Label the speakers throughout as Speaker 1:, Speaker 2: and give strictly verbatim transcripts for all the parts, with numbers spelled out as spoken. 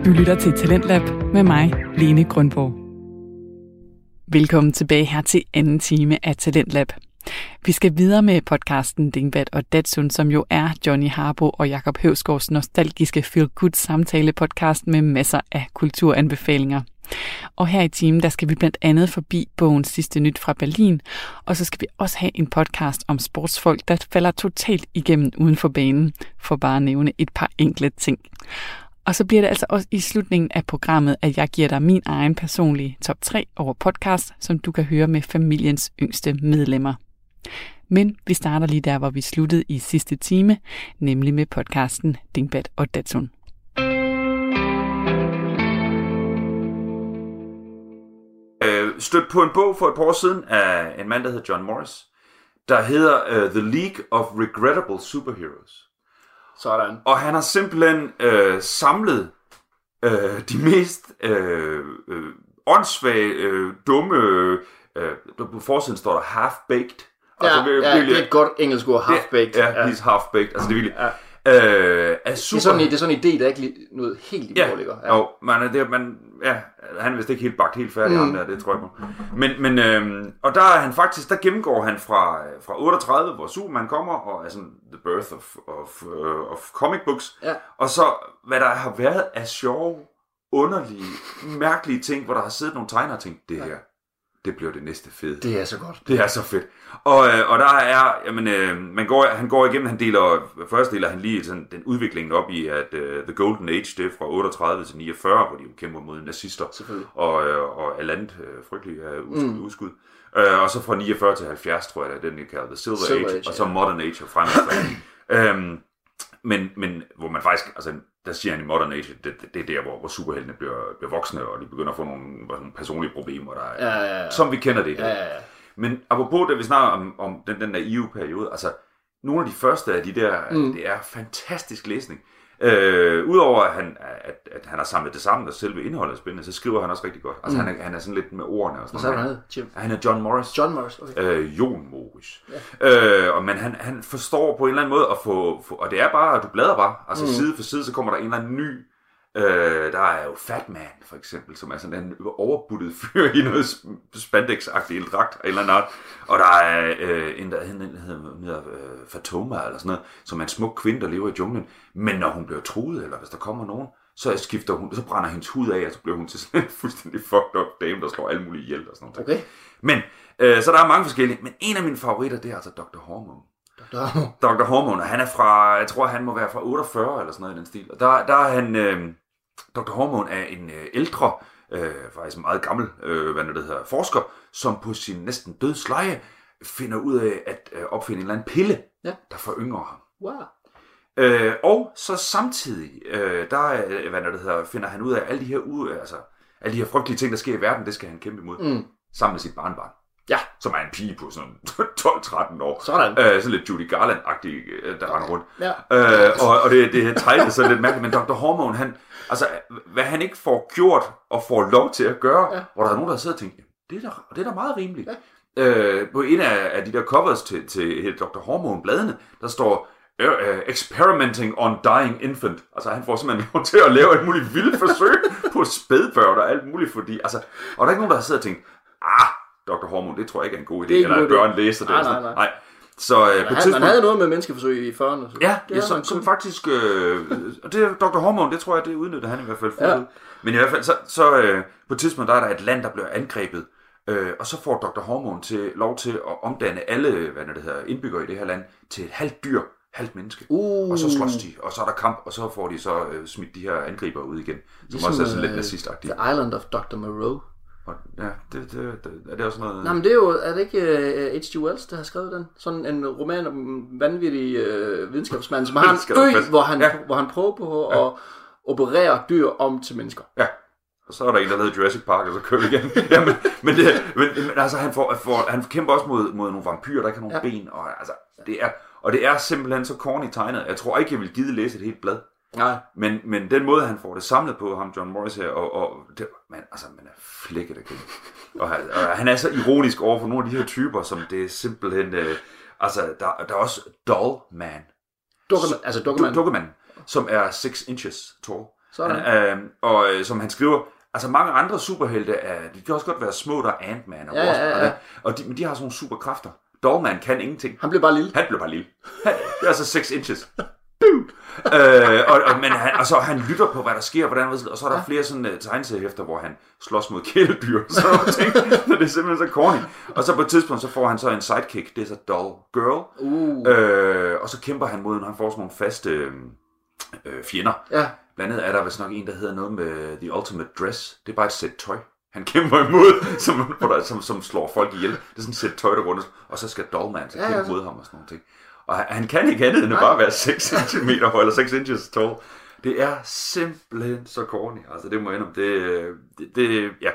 Speaker 1: Du lytter til Talentlab med mig, Lene Grønborg. Velkommen tilbage her til anden time af Talentlab. Vi skal videre med podcasten Dingbat og Datsun, som jo er Johnny Harbo og Jakob Høvsgaards nostalgiske feel-good samtale-podcast med masser af kulturanbefalinger. Og her i timen, der skal vi blandt andet forbi bogens Sidste Nyt fra Berlin, og så skal vi også have en podcast om sportsfolk, der falder totalt igennem uden for banen, for bare at nævne et par enkle ting. Og så bliver det altså også i slutningen af programmet, at jeg giver dig min egen personlige top tre over podcast, som du kan høre med familiens yngste medlemmer. Men vi starter lige der, hvor vi sluttede i sidste time, nemlig med podcasten Dingbat og Datsun.
Speaker 2: Stødt på en bog for et par år siden af en mand, der hedder John Morris, der hedder uh, The League of Regrettable Superheroes.
Speaker 3: Sådan.
Speaker 2: Og han har simpelthen øh, samlet øh, de mest øh, øh, åndssvage, øh, dumme, øh, på forsiden står der half-baked.
Speaker 3: Ja, altså, det, ja, det er et godt engelsk ord, half-baked.
Speaker 2: Ja, ja, he's half-baked, altså det er virkelig. Ja. Øh, er super...
Speaker 3: det, er sådan, det er sådan en idé, der ikke noget helt i
Speaker 2: ja,
Speaker 3: mål ligger. Ja,
Speaker 2: jo, man, det, man, ja, han er vist ikke helt bagt helt færdig, mm. ham der, det tror jeg på. Men, men øh, og der er han faktisk, der gennemgår han fra, fra otteogtredive, hvor Superman kommer, og er sådan the birth of, of, uh, of comic books,
Speaker 3: ja.
Speaker 2: Og så hvad der har været af sjove, underlige, mærkelige ting, hvor der har siddet nogle tegnere og tænkt, det her, ja. Det bliver det næste fede.
Speaker 3: Det er så godt.
Speaker 2: Det er så fedt. Og, og der er, jamen, øh, man går, han går igennem, han deler, først deler han lige sådan, den udviklingen op i, at uh, The Golden Age, det er fra otteogtredive til niogfyrre, hvor de kæmper mod nazister. Og, øh, og er landet øh, frygtelig øh, udskud. Mm. udskud. Øh, og så fra niogfyrre til halvfjerds, tror jeg, den er kaldet The Silver, Silver Age, Age, og så ja. Modern Age og fremad. øhm, men, men hvor man faktisk, altså der siger han i Modern Age, det, det, det er der, hvor, hvor superheltene bliver, bliver voksne, og de begynder at få nogle, nogle personlige problemer, der er,
Speaker 3: ja, ja, ja.
Speaker 2: som vi kender det i dag.
Speaker 3: Ja, ja, ja.
Speaker 2: Men apropos det, vi snakker om, om den, den naive periode, altså nogle af de første af de der, mm. det er fantastisk læsning. Øh, Udover at han, at, at han har samlet det sammen, og selve indholdet er spændende, så skriver han også rigtig godt. Altså mm. han, er, han er sådan lidt med ordene og sådan noget.
Speaker 3: Hvad så han,
Speaker 2: han er John Morris.
Speaker 3: John Morris, okay.
Speaker 2: Øh, Jon Morris. Ja. Øh, og, men han, han forstår på en eller anden måde at få, få, og det er bare, at du bladrer bare, altså mm. side for side, så kommer der en eller anden ny. Øh, der er jo Fat Man, for eksempel, som er sådan en overbuttet fyr i noget spandex-agtigt dragt af en eller anden art. Og der er øh, en, der hedder øh, Fatoma, eller sådan noget, som er en smuk kvinde, der lever i junglen. Men når hun bliver truet, eller hvis der kommer nogen, så skifter hun, så brænder hendes hud af, og så bliver hun til sådan en fuldstændig fucked up dame, der slår alle mulige ihjel og sådan noget.
Speaker 3: Okay.
Speaker 2: Men, øh, så der er mange forskellige. Men en af mine favoritter, det er altså doktor Hormone. doktor Hormone, og han er fra, jeg tror, han må være fra otteogfyrre, eller sådan noget i den stil. Og der, der er han... Øh, doktor Hormone er en øh, ældre, øh, faktisk meget gammel øh, hvad det hedder, forsker, som på sin næsten dødsleje finder ud af at øh, opfinde en eller anden pille, ja. Der foryngrer ham.
Speaker 3: Wow.
Speaker 2: Øh, og så samtidig, øh, der øh, hvad det hedder, finder han ud af alle de her ude, altså alle de her frygtelige ting, der sker i verden, det skal han kæmpe imod, mm. sammen med sit barnbarn.
Speaker 3: Ja.
Speaker 2: Som er en pige på sådan tolv tretten år.
Speaker 3: Sådan.
Speaker 2: Øh, sådan lidt Judy Garland-agtig, der render rundt.
Speaker 3: Ja.
Speaker 2: Øh, og, og det, det er tegnet så lidt mærkeligt, men doktor Hormone, han, altså, hvad han ikke får gjort og får lov til at gøre, ja. Hvor der er nogen, der sidder og tænker, det er da, det er da meget rimeligt. Ja. Øh, på en af, af de der covers til, til doktor Hormone-bladene, der står, uh, experimenting on dying infant. Altså han får simpelthen lov til at lave et muligt vildt forsøg på spædbørn og alt muligt, fordi, altså, og der er ikke nogen, der har siddet og tænkt, ah, doktor Hormone, det tror jeg ikke er en god idé, eller at børn læser det.
Speaker 3: Nej, nej, nej.
Speaker 2: nej. Så, øh,
Speaker 3: på han, tidspunkt... han havde noget med menneskeforsøg i fyrrerne. Så.
Speaker 2: Ja, ja som, som faktisk, øh, og det er doktor Hormone, det tror jeg, det udnyttede han i hvert fald. Ja. Men i hvert fald, så, så øh, på et tidspunkt, der er der et land, der bliver angrebet, øh, og så får doktor Hormone til lov til at omdanne alle, hvad det hedder, indbyggere i det her land, til et halvt dyr, halvt menneske.
Speaker 3: Uh.
Speaker 2: Og så slås de, og så er der kamp, og så får de så øh, smidt de her angriber ud igen. Som ligesom, også er sådan lidt nazistagtigt.
Speaker 3: The Island of doktor Moreau.
Speaker 2: Og, ja, det, det, det, er det også noget...
Speaker 3: Nej, men det er jo, er det ikke uh, H G Wells, der har skrevet den? Sådan en roman om en vanvittig uh, videnskabsmand, som har en ø, hvor han, ja. hvor han prøver på ja. At operere dyr om til mennesker.
Speaker 2: Ja, og så er der en, der lavede Jurassic Park, og så kører vi igen. ja, men, men, det, men, men altså, han, får, får, han kæmper også mod, mod nogle vampyrer, der ikke har nogle ja. Ben, og, altså, det er, og det er simpelthen så corny tegnet. Jeg tror ikke, jeg vil gide læse et helt blad.
Speaker 3: Nej.
Speaker 2: Men, men den måde, han får det samlet på, ham John Morris her, og, og det, man, altså, man er flækket af kende. Og, han, og han er så ironisk over for nogle af de her typer, som det er simpelthen, øh, altså, der, der er også Doll Man.
Speaker 3: Dukkerman, altså Dukkerman.
Speaker 2: Dukkerman, som er six inches tall. Han, øh, og øh, som han skriver, altså mange andre superhelte, er, de kan også godt være små, der er Ant-Man og
Speaker 3: ja,
Speaker 2: Wasp,
Speaker 3: ja, ja.
Speaker 2: og de, men de har sådan nogle superkræfter. Dollman kan ingenting.
Speaker 3: Han blev bare lille.
Speaker 2: Han blev bare lille. Han, det er altså seks inches. øh, og, og, men han, og så han lytter på, hvad der sker, hvordan, og så er der ja. flere sådan uh, tegneseriehæfter, hvor han slås mod kæledyr, og sådan nogle ting. Det er simpelthen så corny. Og så på et tidspunkt, så får han så en sidekick, det er så Doll Girl,
Speaker 3: uh.
Speaker 2: øh, og så kæmper han mod, når han får sådan nogle faste øh, fjender.
Speaker 3: Ja.
Speaker 2: Blandt andet er der vist nok en, der hedder noget med The Ultimate Dress. Det er bare et sæt tøj. Han kæmper imod, som, som, som slår folk ihjel. Det er sådan et sæt tøj, der rundt, og så skal Dollman så kæmpe ja, ja. mod ham og sådan nogle ting. Og han, han kan ikke andet end at bare være seks centimeter høj, eller seks inches tall. Det er simpelthen så corny. Altså, det må jeg indrømme. Det, det, det ja.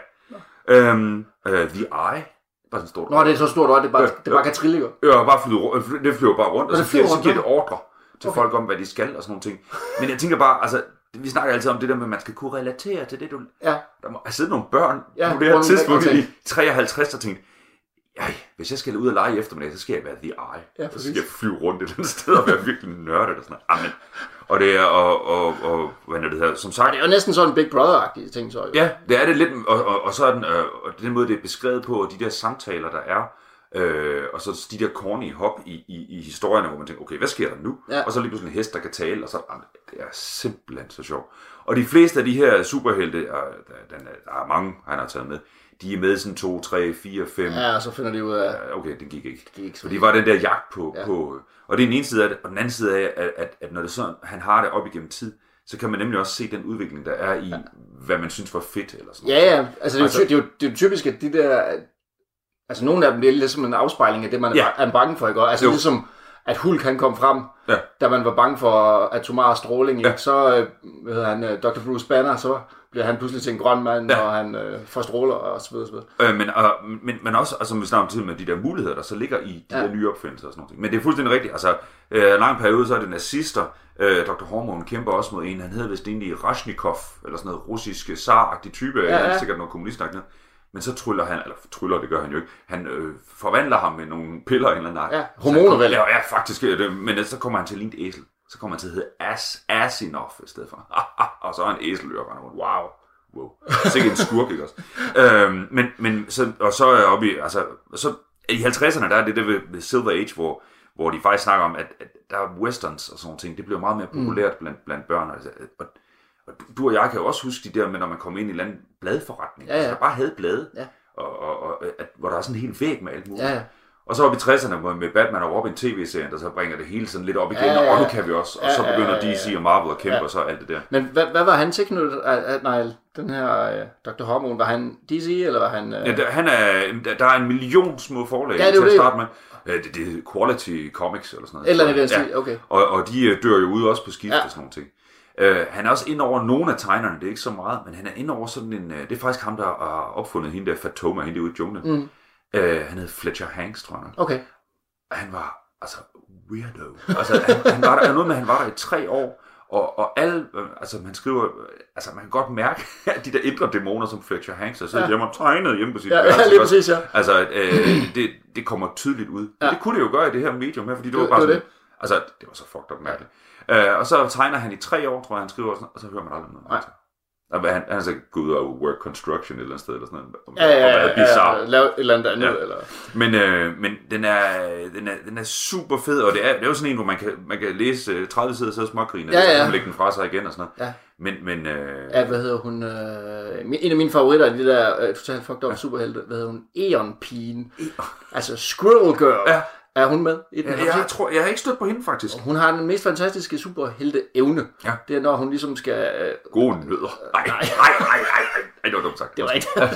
Speaker 2: Um, uh, The Eye. Bare sådan stort.
Speaker 3: Nå, det er så stort øje, det bare, ja, det bare kan trille, jo.
Speaker 2: Ja, bare flyver, det flyver bare rundt, og, og så, giver, så giver det ordre til okay. folk om, hvad de skal og sådan nogle ting. Men jeg tænker bare, altså, vi snakker altid om det der med, at man skal kunne relatere til det, du...
Speaker 3: Ja.
Speaker 2: Der må have siddet nogle børn ja, på det her tidspunkt i treoghalvtreds og tænkt, ej, hvis jeg skal ud og lege i eftermiddag, så skal jeg være The Eye. Ja, så skal jeg flyve rundt et eller andet sted og være virkelig nørdet og sådan noget. Amen. Og det er, og, og, og hvad er det her, som sagt...
Speaker 3: Og det er jo næsten sådan en Big Brother-agtig ting, så jo.
Speaker 2: Ja, det er det lidt, og, og, og så er den, øh, og den måde, det er beskrevet på, og de der samtaler, der er, øh, og så de der corny hop i, i, i historierne, hvor man tænker, okay, hvad sker der nu? Ja. Og så lige pludselig en hest, der kan tale, og så amen, det er simpelthen så sjovt. Og de fleste af de her superhelte, der, der, der er mange, han har taget med, de er med sådan to, tre, fire, fem.
Speaker 3: Ja, og så finder de ud af...
Speaker 2: Okay, det gik ikke.
Speaker 3: Det gik ikke
Speaker 2: så det var den der jagt på, ja. på... Og det er den ene side af det, og den anden side af, at, at, at når det sådan, han har det op igennem tid, så kan man nemlig også se den udvikling, der er i, ja. hvad man synes var fedt, eller sådan
Speaker 3: noget. Ja, ja. Altså, det er, altså, det er, jo, det er jo typisk, at de der... Altså, nogle af dem, det er ligesom en afspejling af det, man ja. er bange for, ikke? Altså, jo. Ligesom, at Hulk kan komme frem, ja. da man var bange for atomar stråling, ja. så, hvad hedder han, doktor Bruce Banner, så... bliver han pludselig til en grøn mand, ja. og han øh, får stråler og så videre, så videre. Øh,
Speaker 2: men, og, men, men også, altså vi snakker om tid med de der muligheder, der så ligger i de ja. der nye opfindelser og sådan noget. Men det er fuldstændig rigtigt. Altså, øh, en lang periode, så er det nazister. Øh, doktor Hormone kæmper også mod en, han hedder vist egentlig Rashnikov, eller sådan noget russisk zar-agtig type, ja, ja. Han er sikkert noget kommunistagtigt. Men så tryller han, eller tryller, det gør han jo ikke, han øh, forvandler ham med nogle piller eller noget.
Speaker 3: Ja, hormoner vel.
Speaker 2: Ja, ja, faktisk, det, men så kommer han til at ligne et æsel. Så kommer han til at hedde As, Asinov i stedet for. Og så er han æselører rundt. Wow. Wow. Sikkert en skurk, ikke også? øhm, men, men så, og så er jeg oppe i, altså, så i halvtredserne, der er det der ved, ved Silver Age, hvor, hvor de faktisk snakker om, at, at der er westerns og sådan nogle ting, det bliver meget mere populært mm. blandt, blandt børn. Altså, og, og du og jeg kan jo også huske de der med, når man kommer ind i en eller anden bladforretning, ja, ja. Altså, der bare havde blade, ja. og, og, og at, hvor der er sådan en hel væg med alt muligt. Ja, ja. Og så op i tresserne med Batman og Robin tv-serien, der så bringer det hele sådan lidt op igen, ja, ja, ja. Og nu kan vi også, og så begynder ja, ja, ja. D C og Marvel at kæmpe, ja. Og så alt det der.
Speaker 3: Men hvad, hvad var han tilknyttet? Nej, den her uh, doktor Hormone, var han D C, eller var han... Uh...
Speaker 2: Ja, der, han er, der er en million små forlag ja, til at starte med. Det, det er Quality Comics eller sådan noget.
Speaker 3: Eller det vil sige, ja. Okay.
Speaker 2: Og, og de dør jo ud også på skift ja. Og sådan nogle ting. Uh, han er også ind over nogle af tegnerne, det er ikke så meget, men han er ind over sådan en... Uh, det er faktisk ham, der har opfundet hende der Fatoma, hende ude i junglen. Mm. Uh, han hed Fletcher Hanks, tror jeg.
Speaker 3: Okay.
Speaker 2: Han var, altså, weirdo. Altså, han, han var der, noget med, han var der i tre år, og, og alle, altså, man skriver, altså, man kan godt mærke, at de der indre dæmoner, som Fletcher Hanks har siddet ja. hjemme og tegnet hjemme på sit
Speaker 3: ja, værelse. Ja, lige præcis, ja.
Speaker 2: Altså, øh, det, det kommer tydeligt ud. Ja. Det kunne det jo gøre i det her medium her, fordi det, det var bare det, sådan, det. Altså, det var så fucked up mærkeligt. Uh, og så tegner han i tre år, tror jeg, han skriver, og, sådan, og så hører man aldrig noget. Altså. Han, han er så gået ud og work construction et eller andet sted, eller sådan noget.
Speaker 3: Ja, ja, ja, ja, ja. Lave et eller andet andet, ja. Eller...
Speaker 2: Men, øh, men den, er, den, er, den er super fed, og det er, det er jo sådan en, hvor man kan, man kan læse tredive sider, så smågrine, ja, ja. Og så kan man lægge den fra sig igen og sådan noget. Ja. Men, men, øh...
Speaker 3: ja, hvad hedder hun? Øh, en af mine favoritter er de der øh, totalt fucked up ja. Superhelte. Hvad hedder hun? Eon-pigen. Altså Squirrel Girl. Ja. Er hun med i den?
Speaker 2: Ja, jeg, tror, jeg har ikke stødt på hende, faktisk.
Speaker 3: Hun har den mest fantastiske superhelte-evne. Ja. Det er, når hun ligesom skal... Øh,
Speaker 2: Gode nødder. Nej, nej, nej, nej, nej. Det var dumt sagt.
Speaker 3: Det var ikke
Speaker 2: det.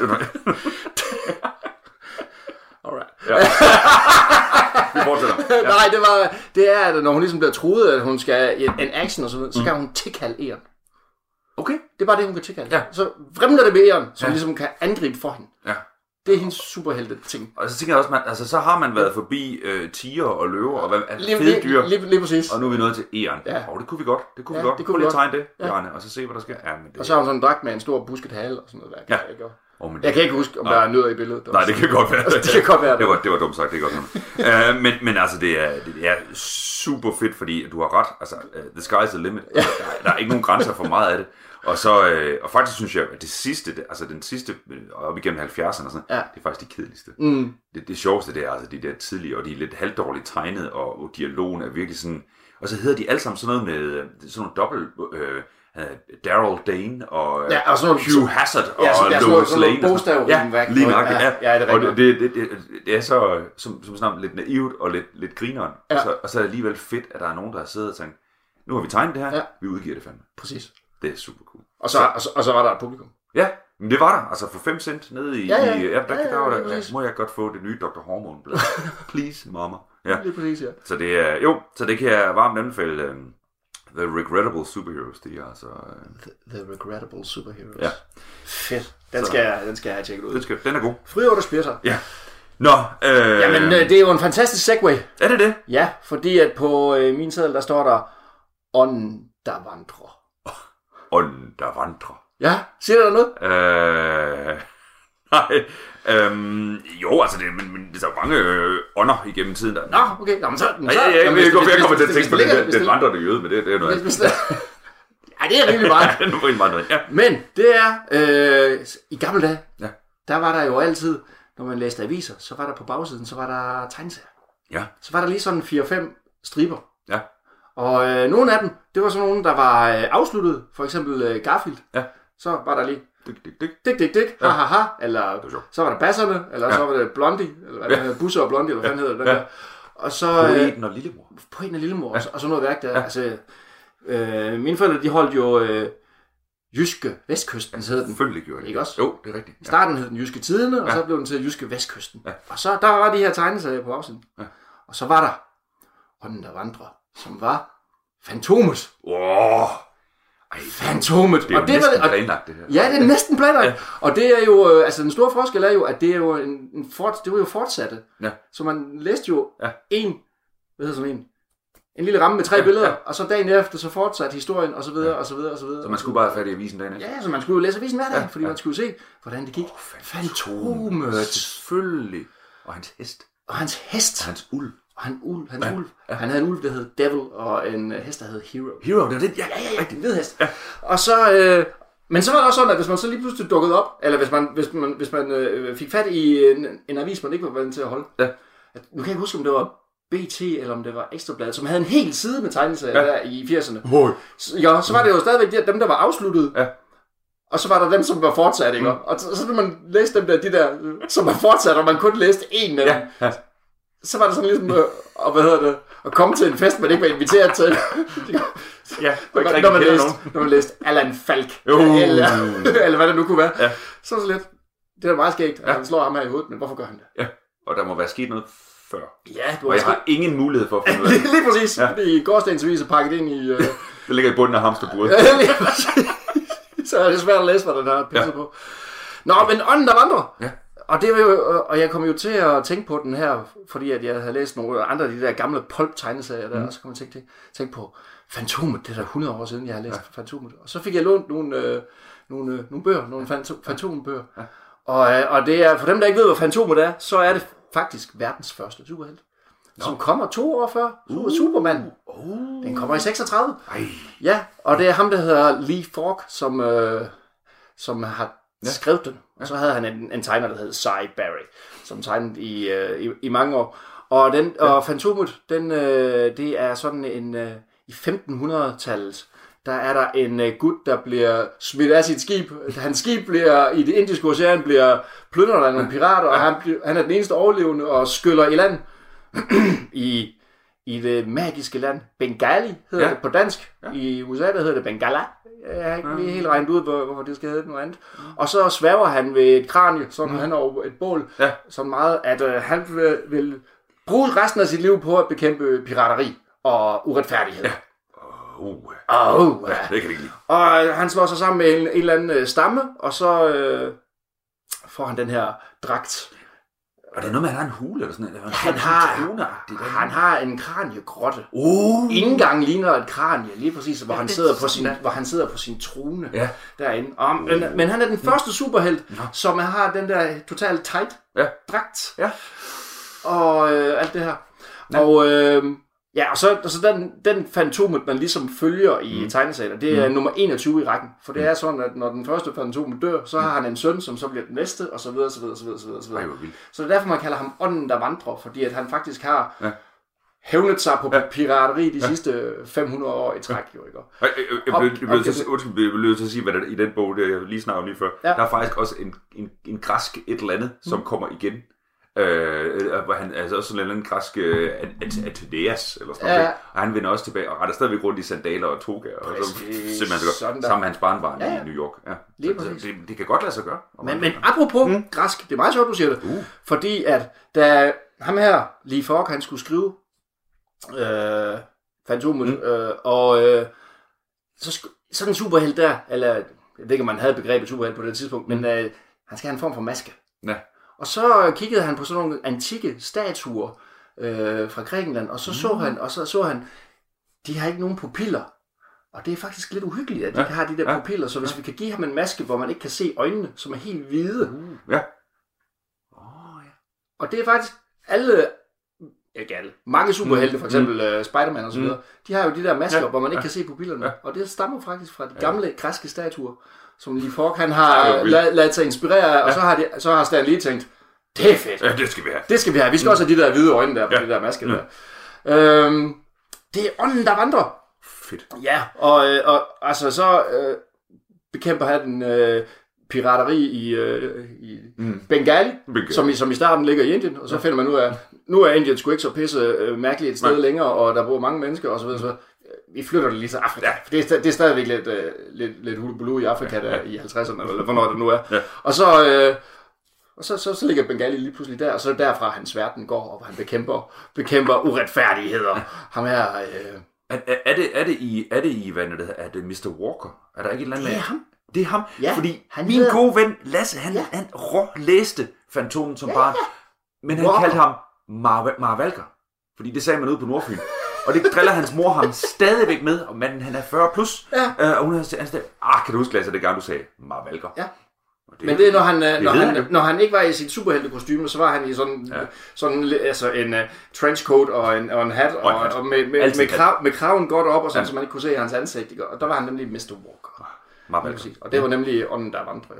Speaker 3: Alright.
Speaker 2: Ja. Vi fortsætter.
Speaker 3: Ja. Nej, det var... Det er, at når hun ligesom bliver truet, at hun skal en action og sådan noget, så kan mm. hun tilkalde Eon.
Speaker 2: Okay.
Speaker 3: Det er bare det, hun kan tilkalde. Ja. Så vrimler det med Eon, så hun
Speaker 2: ja.
Speaker 3: ligesom kan angribe for hende.
Speaker 2: Ja.
Speaker 3: Det er hendes superhelte-ting.
Speaker 2: Og så tænker jeg også, man, altså så har man været forbi øh, tiger og løver og hvad,
Speaker 3: lige,
Speaker 2: fede dyr.
Speaker 3: Lige, lige, lige præcis.
Speaker 2: Og nu er vi nået til Eon. Ja. Oh, det kunne vi godt. Det kunne ja, vi godt. Det kunne Prøv lige at tegne det, ja. Bjarne, og så se, hvad der sker. Ja, men det...
Speaker 3: Og så har hun sådan en dragt med en stor busket hale og sådan noget der.
Speaker 2: Ja. Oh,
Speaker 3: jeg kan ikke huske, om nej. der er nødder i billedet.
Speaker 2: Nej, det kan godt være.
Speaker 3: det kan godt være.
Speaker 2: Det var, det var dumt sagt, det er godt. uh, men, men altså, det er, det er super fedt, fordi du har ret. Altså, uh, the sky's the limit. Ja. Der, der er ikke nogen grænser for meget af det. Og så, øh, og faktisk synes jeg, at det sidste, det, altså den sidste, op igennem halvfjerdserne og sådan, ja. det er faktisk de kedeligste. Mm. Det, det sjoveste, det er altså de der tidlige, og de er lidt halvdårligt tegnet, og, og dialogen er virkelig sådan, og så hedder de alle sammen sådan noget med, sådan nogle dobbelt, øh, Daryl Dane, og,
Speaker 3: ja, og sådan noget,
Speaker 2: Hugh Hazard, og
Speaker 3: ja,
Speaker 2: Lois Lane.
Speaker 3: Sådan noget bogstav.
Speaker 2: Ja, lige nok, ja.
Speaker 3: ja, ja, det
Speaker 2: og det, det, det, det er så, som, som sådan lidt naivt, og lidt, lidt grineren, ja. og, så, og så er det alligevel fedt, at der er nogen, der har siddet og tænkt, nu har vi tegnet det her, ja. vi udgiver det fandme.
Speaker 3: Præcis.
Speaker 2: Det er super cool.
Speaker 3: Og så, så, og så, og så var der et publikum.
Speaker 2: Ja, men det var der. Altså for fem cent nede i...
Speaker 3: Ja, ja.
Speaker 2: i ja, der,
Speaker 3: ja, ja,
Speaker 2: der var der, ja, må jeg godt få det nye doktor Hormone-blad. Please, mamma. Ja.
Speaker 3: Lige præcis, ja.
Speaker 2: Så det er... Jo, så det kan jeg varmt anbefale. Um, The Regrettable Superheroes, det er altså... Uh...
Speaker 3: The, the Regrettable Superheroes.
Speaker 2: Ja.
Speaker 3: Fedt. Den skal, jeg, den skal jeg have tjekket ud.
Speaker 2: Den, skal, den er god.
Speaker 3: Friår, der spirser.
Speaker 2: Ja. Nå, øh...
Speaker 3: Jamen, det er jo en fantastisk segway.
Speaker 2: Er det det?
Speaker 3: Ja, fordi at på øh, min seddel, der står der... Ånden, der vandrer.
Speaker 2: Ånden, der vandrer.
Speaker 3: Ja, siger der noget?
Speaker 2: Øh... Nej, øhm, jo, altså, det, men, men det er jo mange øh, ånder igennem tiden. Der.
Speaker 3: Nå, okay. Nå, men så...
Speaker 2: Nej, jeg, jeg, jeg, jeg, jeg kommer til at tænke på det, det vandrer det jøde, men det, det er noget andet.
Speaker 3: Ja, det er rimelig meget.
Speaker 2: det er meget noget, ja.
Speaker 3: Men det er, øh, i gamle dage,
Speaker 2: ja.
Speaker 3: der var der jo altid, når man læste aviser, så var der på bagsiden, så var der tegneserier.
Speaker 2: Ja.
Speaker 3: Så var der lige sådan fire fem striber.
Speaker 2: Ja.
Speaker 3: Og øh, nogle af dem, det var sådan nogle, der var øh, afsluttet. For eksempel øh, Garfield.
Speaker 2: Ja.
Speaker 3: Så var der lige...
Speaker 2: Dik, dik, dik.
Speaker 3: Dik, dik, dik. Ha, ha, ha. Eller så var der Basserne. Eller ja. så var det Blondie. Eller hvad ja. Busser og Blondie, eller hvad ja. hedder det. Den ja. der. Og så...
Speaker 2: Poeten og Lillemor.
Speaker 3: Poeten og Lillemor. Ja. Og så noget værk der. Ja. Altså, øh, mine forældre, de holdt jo... Øh, Jyske Vestkysten, hed den.
Speaker 2: Selvfølgelig gjorde det.
Speaker 3: Ikke også?
Speaker 2: Jo, det er rigtigt.
Speaker 3: I starten hed den Jyske Tidene, ja. og så blev den til Jyske Vestkysten. Ja. Og så der var de her tegneserier på bagsiden. Ja. Og så var der Ånden, der vandrer, som var Fantomet.
Speaker 2: Wow.
Speaker 3: Ej, Fantomet.
Speaker 2: Det er jo
Speaker 3: og det
Speaker 2: næsten
Speaker 3: var,
Speaker 2: planlagt, det her.
Speaker 3: Ja, det er næsten planlagt. Ja. Og det er jo, altså den store forskel er jo, at det er jo en, en fort, det var jo fortsatte.
Speaker 2: Ja.
Speaker 3: Så man læste jo
Speaker 2: ja.
Speaker 3: en, hvad hedder sådan en, en lille ramme med tre ja, billeder, ja. og så dagen efter, så fortsatte historien, og så videre, ja. og så videre, og så videre.
Speaker 2: Så man skulle bare have fat i avisen dagen efter?
Speaker 3: Ja, så man skulle jo læse avisen hver dag, ja, fordi ja. man skulle se, hvordan det gik. Oh,
Speaker 2: Fantomet. Selvfølgelig. Og hans hest.
Speaker 3: Og hans hest.
Speaker 2: Og hans ulv.
Speaker 3: Og han ulv, hans
Speaker 2: ja.
Speaker 3: ulv. Ja. Han havde en ulv, der hed Devil, og en hest, der hed Hero.
Speaker 2: Hero, det er det?
Speaker 3: Ja, ja, ja, ja. En hvid hest. Ja. Og så... Øh, men så var det også sådan, at hvis man så lige pludselig dukkede op, eller hvis man, hvis man, hvis man øh, fik fat i en, en avis, man ikke var vant til at holde. Ja. At, nu kan jeg ikke huske, om det var B T, eller om det var Ekstrabladet, som havde en hel side med tegneserier ja. der i firserne. Oh. Så, ja, så var det jo stadigvæk dem, der var afsluttet. Ja. Og så var der dem, som var fortsat, ikke? Mm. Og så, så når man læste dem der, de der, som var fortsat, og man kun læste en af dem. Ja. Ja. Så var det sådan ligesom, øh, og hvad hedder det, at komme til en fest, man ikke var inviteret til.
Speaker 2: Ja,
Speaker 3: når, man, når, man læste, når man læste Allan Falk, uh. eller, eller hvad det nu kunne være. Ja. Så var det så lidt, det er meget skægt, ja. Han slår ham her i hovedet, men hvorfor gør han det?
Speaker 2: Ja, og der må være sket noget før.
Speaker 3: Ja, du
Speaker 2: og jeg har ingen mulighed for at finde ud af det.
Speaker 3: Lige præcis. Ja. I gårsdagens avis er pakket ind i... Uh...
Speaker 2: det ligger i bunden af hamsterburet.
Speaker 3: Ja, lige præcis. Så er det svært at læse, hvad den har pisset ja. på. Nå, men Ånden, der vandrer. Ja. Og, det var jo, og jeg kom jo til at tænke på den her, fordi at jeg havde læst nogle andre af de der gamle pulp-tegneserier der, mm. og så kom jeg til at tænke, tænke på Fantomet, det er der hundrede år siden, jeg har læst ja. Fantomet. Og så fik jeg lånt nogle, øh, nogle, øh, nogle bøger, nogle Fantomet-bøger. Ja. Og, øh, og det er, for dem, der ikke ved, hvad Fantomet er, så er det faktisk verdens første superhelt. No. Som kommer to år før uh. Superman. Uh. Den kommer i seksogtredive. Ej. Ja, og det er ham, der hedder Lee Falk, som, øh, som har ja. skrevet den. Og så havde han en, en tegner, der hed Cy Barry, som tegnede i, øh, i, i mange år. Og, den, ja. og Fantomet, den, øh, det er sådan en... Øh, i femten hundrede-tallet, der er der en øh, gut, der bliver smidt af sit skib. Hans skib bliver i det indiske ocean, bliver plyndret af nogle pirater, og han, han er den eneste overlevende og skyller i land i, i det magiske land. Bengali hedder ja. det på dansk. Ja. I U S A der hedder det Bengala. Jeg har ikke ja. lige helt regnet ud, hvorfor det skal hedde noget andet. Ja. Og så sværger han ved et kranie, sådan ja. han over et bål, ja. så meget, at øh, han vil, vil bruge resten af sit liv på at bekæmpe pirateri og uretfærdighed. Ja.
Speaker 2: Oh,
Speaker 3: oh,
Speaker 2: ja. Det kan det ikke lide.
Speaker 3: Og øh, han slår sig sammen med en, en eller anden øh, stamme, og så øh, får han den her dragt.
Speaker 2: Og det er noget med, at han har en hule eller sådan noget.
Speaker 3: Han har, han har en kraniegrotte.
Speaker 2: Uh.
Speaker 3: Indgangen ligner et kranie, lige præcis, hvor, ja, han, sidder på sin, hvor han sidder på sin trone ja. derinde. Og, uh. men, men han er den første superhelt, ja. som har den der totalt tight ja. dragt. Ja. Og øh, alt det her. Ja. Og, øh, ja, og så, og så den, den Fantomet, man ligesom følger i mm. tegneserien, det er mm. nummer enogtyve i rækken. For det er sådan, at når den første Fantomet dør, så har han en søn, som så bliver den næste, og så videre, så videre, så videre, så videre. Så, videre. Ej, så det er derfor, man kalder ham ånden, der vandrer, fordi at han faktisk har ja. hævnet sig på ja. pirateri de ja. sidste fem hundrede år i træk. Jo, ikke?
Speaker 2: Jeg, jeg, jeg, jeg, jeg blev nødt til at sige, hvad der i den bog, det jeg lige snakkede lige før, ja. der er faktisk også en, en, en græsk et eller andet, som mm. kommer igen. Øh, hvor han altså også sådan en græsk uh, Atheneas eller sådan noget, ja. og han vender også tilbage og retter stadigvæk rundt i sandaler og toga og så simpelthen så godt, sammen med hans barnbarn ja, ja. i New York. Ja. Så, så det, det kan godt lade sig gøre.
Speaker 3: Men, men apropos mm. græsk, det er meget sjovt, du siger det, uh. fordi at da ham her, Lee Falk, han skulle skrive øh, Fantomet, mm. øh, og øh, så sådan en superhelt der, eller jeg ved ikke, om man havde begrebet superhelt på det tidspunkt, mm. men øh, han skal have en form for maske. Ja. Og så kiggede han på sådan nogle antikke statuer øh, fra Grækenland, og så, mm. så han, og så så han, de har ikke nogen pupiller. Og det er faktisk lidt uhyggeligt, at de ja. har de der ja. pupiller, så hvis ja. vi kan give ham en maske, hvor man ikke kan se øjnene, som er helt hvide. Mm. Ja. Oh, ja. Og det er faktisk alle, ikke alle, mange superhelte, for eksempel mm. Spider-Man og så videre, mm. de har jo de der masker, ja. hvor man ikke ja. kan se pupillerne. Ja. Og det stammer faktisk fra de gamle ja. græske statuer, som Lee Falk han har ladet lad sig inspirere af, ja. og så har, de, så har Stan Lee tænkt, det er fedt.
Speaker 2: Ja, det skal vi have.
Speaker 3: Det skal vi have. Vi skal mm. også have de der hvide øjne der på ja. de der masker mm. der. Øhm, det er ånden, der vandrer.
Speaker 2: Fedt.
Speaker 3: Ja, og, og altså så øh, bekæmper han den øh, pirateri i, øh, i mm. Bengali, Bengali. Som, i, som i starten ligger i Indien, og så ja. finder man ud af, nu er Indien sgu ikke så pisse øh, mærkeligt et sted ja. længere, og der bor mange mennesker og så videre, så vi flytter det lige til Afrika. Ja. For det, er, det er stadigvæk lidt, øh, lidt, lidt hulebulu i Afrika ja. der i halvtredserne, eller hvornår det nu er. Ja. Og så... Øh, Og så, så, så ligger Bengali lige pludselig der, og så derfra hans verden går, og han bekæmper, bekæmper uretfærdigheder. Ham her... Øh...
Speaker 2: Er, er, det, er, det i, er det i, hvad det, er det mister Walker? Er der ikke et eller andet?
Speaker 3: Det er ham.
Speaker 2: Det er ham,
Speaker 3: ja,
Speaker 2: fordi han min hedder... gode ven Lasse, han, ja. han rålæste Fantomen som ja, barn, men han Walker. kaldte ham Mar- Marvalker, fordi det sagde man ude på Nordfyn. Og det driller hans mor ham stadigvæk med, og manden han er fyrre plus, ja. øh, og hun har sagt, ah, kan du huske Lasse, det gang du sagde, Marvalker? Ja.
Speaker 3: Det, Men det er, når han, det når, han, når han ikke var i sit superheltekostyme, så var han i sådan, ja. sådan altså en uh, trenchcoat og en, og en hat, og, og, og med, med, med, krav, med kraven godt op, og sådan, ja. så man ikke kunne se hans ansigt. Ikke? Og der var han nemlig mister Walker. Ja, og det var nemlig ånden, der vandrer.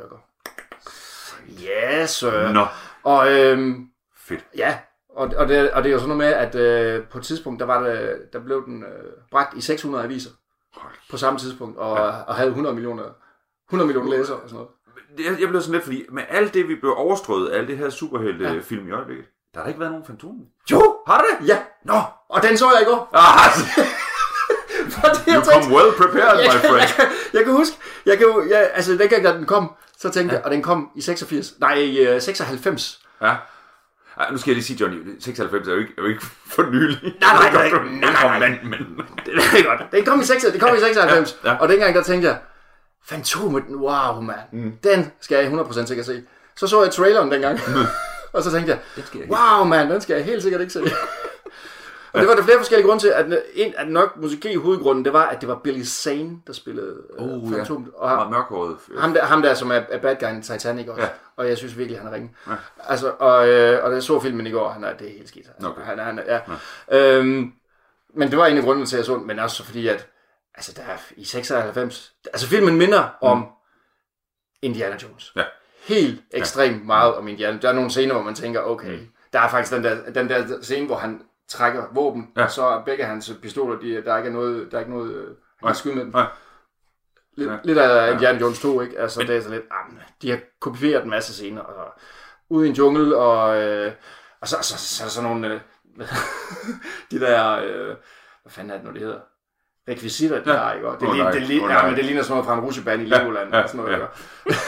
Speaker 3: Ja, så. No. Og, øhm,
Speaker 2: Fedt.
Speaker 3: Ja, og, og, det, og det er jo sådan noget med, at øh, på et tidspunkt, der, var det, der blev den øh, bragt i seks hundrede aviser på samme tidspunkt, og, ja. og havde hundrede millioner, hundrede millioner læsere og sådan noget.
Speaker 2: Jeg blev sådan lidt, fordi med alt det, vi blev overstrøget, alle det her superhelte-film ja. i øjeblikket, der har ikke været nogen Fantomen.
Speaker 3: Jo!
Speaker 2: Har det?
Speaker 3: Ja.
Speaker 2: Nå.
Speaker 3: Og den så jeg i går.
Speaker 2: Ah, altså. You tænkte, come well prepared, my friend.
Speaker 3: Jeg, jeg, jeg kan huske, jeg kan, jeg, altså dengang, da den kom, så tænkte ja. jeg, og den kom i seksogfirs, nej, i seksoghalvfems.
Speaker 2: Ja. Ej, nu skal jeg lige sige, Johnny, seksoghalvfems er jo ikke, er jo ikke for nylig.
Speaker 3: Nej, nej, nej, nej, nej, nej. Men, det er godt. Den kom i seksoghalvfems, ja, ja. Og dengang, der tænkte jeg, Fantomet, wow, man. Mm. Den skal jeg hundrede procent sikkert se. Så så jeg traileren dengang, mm. og så tænkte jeg, wow, man, den skal jeg helt sikkert ikke se. Og det var der flere forskellige grunde til, at en at nok måske hovedgrunden, det var, at det var Billy Zane, der spillede uh, Fantomet.
Speaker 2: Ja. Og ham, mørkhåret.
Speaker 3: Ham der, ham der, som er, er bad guy i Titanic også. Ja. Og jeg synes virkelig, han er ringe. Ja. Altså, og, øh, og jeg så filmen i går, han er, det er helt skidt. Altså, okay. han, han, ja. Ja. Øhm, men det var en af grundene til, at jeg så den, men også fordi, at altså, der er i seksoghalvfems... Altså, filmen minder mm. om Indiana Jones. Ja. Helt ekstremt ja. meget om Indiana. Der er nogle scener, hvor man tænker, okay, mm. der er faktisk den der, den der scene, hvor han trækker våben, ja. og så er begge hans pistoler, de, der er ikke noget, der er ikke noget, han kan skyde med dem. Lidt, ja. lidt af Indiana ja. Jones to, ikke? Altså, men det er sådan lidt, ah, de har kopieret en masse scener, og så, ude i en jungle, og, øh, og så, så, så, så er der sådan nogle, øh, de der, øh, hvad fanden er det nu, det hedder? Rekvisitter, ja. der, ikke? Det, oh, det, det, det, ja, men det ligner sådan noget fra en rutsjebane i Legoland, ja. og sådan noget, ja.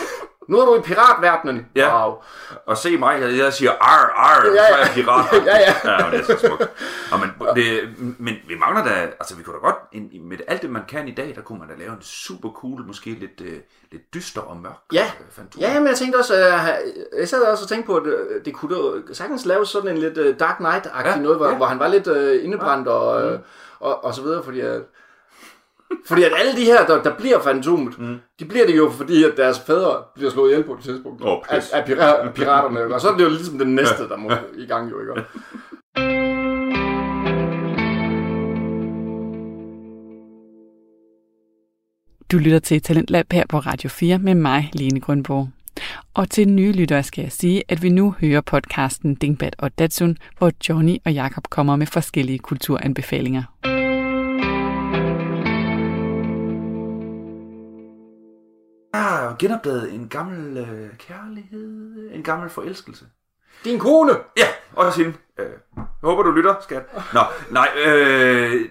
Speaker 3: Nu er du i piratverdenen.
Speaker 2: Ja. Wow. Og se mig, jeg, jeg siger ar, ar, ja, ja. Så er jeg pirat.
Speaker 3: ja, ja.
Speaker 2: Ja, det er så smukt. Og men, det, men vi mangler da, altså vi kunne da godt, med alt det man kan i dag, der kunne man da lave en super cool, måske lidt, uh, lidt dyster og mørk.
Speaker 3: Ja, ja, men jeg tænkte også, uh, jeg sad også og tænkte på, at uh, det kunne da sagtens lave sådan en lidt uh, Dark Knight-agtig ja, noget, hvor, ja. hvor han var lidt uh, indebrændt ja. og, uh, og, og så videre, fordi at, fordi at alle de her, der, der bliver Fantomet, mm. de bliver det jo, fordi at deres fædre bliver slået ihjel på et tidspunkt
Speaker 2: oh,
Speaker 3: af, af pirat, piraterne, og så er det jo ligesom den næste, der må i gang jo, ikke?
Speaker 1: Du lytter til Talentlab her på Radio fire med mig, Lene Grønborg. Og til nye lyttere skal jeg sige, at vi nu hører podcasten Dingbat og Datsun, hvor Johnny og Jakob kommer med forskellige kulturanbefalinger.
Speaker 2: Jeg har genopdaget en gammel øh, kærlighed, en gammel forelskelse.
Speaker 3: Din kone?
Speaker 2: Ja, og jeg siger, øh, jeg håber du lytter, skat. Nå, nej, øh,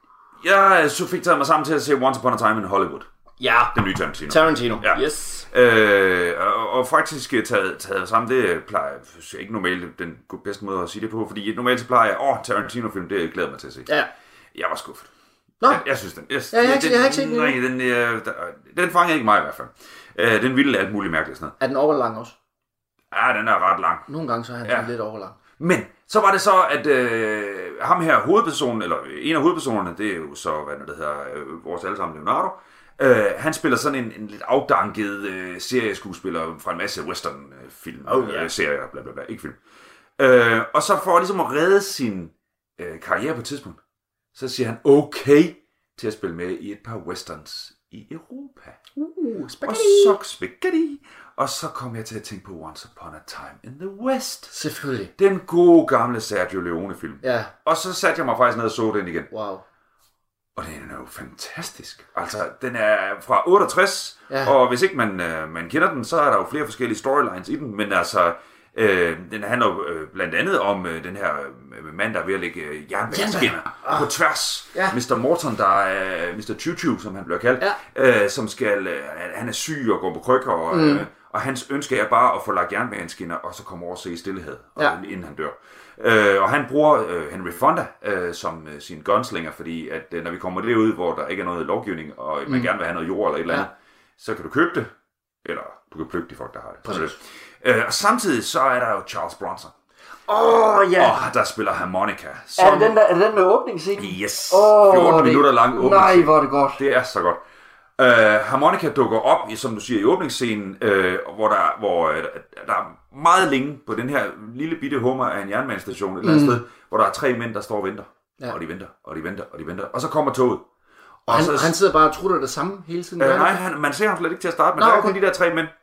Speaker 2: jeg fik taget mig sammen til at se Once Upon a Time in Hollywood.
Speaker 3: Ja.
Speaker 2: Den nye Tarantino.
Speaker 3: Tarantino,
Speaker 2: ja.
Speaker 3: Yes.
Speaker 2: Øh, og, og faktisk taget, taget sammen, det plejer jeg ikke normalt den bedste måde at sige det på, fordi normalt så plejer jeg, åh, Tarantino-film, det glæder mig til at se.
Speaker 3: Ja.
Speaker 2: Jeg var skuffet.
Speaker 3: Nå.
Speaker 2: Jeg, jeg synes den. Jeg,
Speaker 3: ja, jeg, har ikke,
Speaker 2: den,
Speaker 3: jeg har ikke set den.
Speaker 2: Nej, den, øh, den fanger ikke mig i hvert fald. Øh, den ville alt muligt mærkeligt sådan noget.
Speaker 3: Er den overlang også?
Speaker 2: Ja, den er ret lang.
Speaker 3: Nogle gange så er han ja. lidt overlang.
Speaker 2: Men så var det så, at øh, ham her hovedpersonen, eller en af hovedpersonerne, det er jo så, hvad det hedder, øh, vores allesammen Leonardo. Øh, han spiller sådan en, en lidt afdanket øh, serieskuespiller fra en masse western-film,
Speaker 3: oh, yeah.
Speaker 2: øh, serier, bla bla bla, ikke film. Øh, og så for ligesom at redde sin øh, karriere på et tidspunkt, så siger han okay til at spille med i et par westerns i Europa.
Speaker 3: Uh, spaghetti.
Speaker 2: Og så spaghetti. Og så kom jeg til at tænke på Once Upon a Time in the West.
Speaker 3: Selvfølgelig.
Speaker 2: Den gode gamle Sergio Leone-film.
Speaker 3: Ja.
Speaker 2: Og så satte jeg mig faktisk ned og så den igen.
Speaker 3: Wow.
Speaker 2: Og den er jo fantastisk. Altså, den er fra otteogtres, ja. Og hvis ikke man, øh, man kender den, så er der jo flere forskellige storylines i den, men altså, øh, den handler jo øh, blandt andet om øh, den her øh, mand, der er ved at lægge øh, jernbaneskinner oh. på tværs. Ja. mister Morton, der er øh, mister Choo-Choo, som han bliver kaldt, ja. øh, som skal, øh, han er syg og går på krykker, og, mm. øh, og hans ønske er bare at få lagt jernbaneskinner, og så komme over og se i stillhed, ja. og, inden han dør. Øh, og han bruger øh, Henry Fonda øh, som øh, sin gunslinger, fordi at øh, når vi kommer derud, hvor der ikke er noget lovgivning, og man mm. gerne vil have noget jord eller et eller andet, ja. så kan du købe det, eller du kan plukke de folk, der har det. Præcis. Øh, og samtidig så er der jo Charles Bronson.
Speaker 3: Åh, oh, ja.
Speaker 2: Yeah. Og der spiller harmonika.
Speaker 3: Som... Er, det den der, er det den med åbningsscenen?
Speaker 2: Yes. Oh, fjorten minutter lang åbningsscene.
Speaker 3: Nej, hvor er det godt.
Speaker 2: Det er så godt. Uh, harmonika dukker op, i, som du siger, i åbningsscenen, uh, hvor, der, hvor uh, der er meget længe på den her lille bitte hummer af en jernbanestation et eller andet mm. sted, hvor der er tre mænd, der står og venter. Ja. Og de venter, og de venter, og de venter. Og så kommer toget.
Speaker 3: Og han, så, han sidder bare og trutter det samme hele tiden?
Speaker 2: Uh, nej, han, man ser ham slet ikke til at starte, men Nå, der er okay. kun de der tre mænd.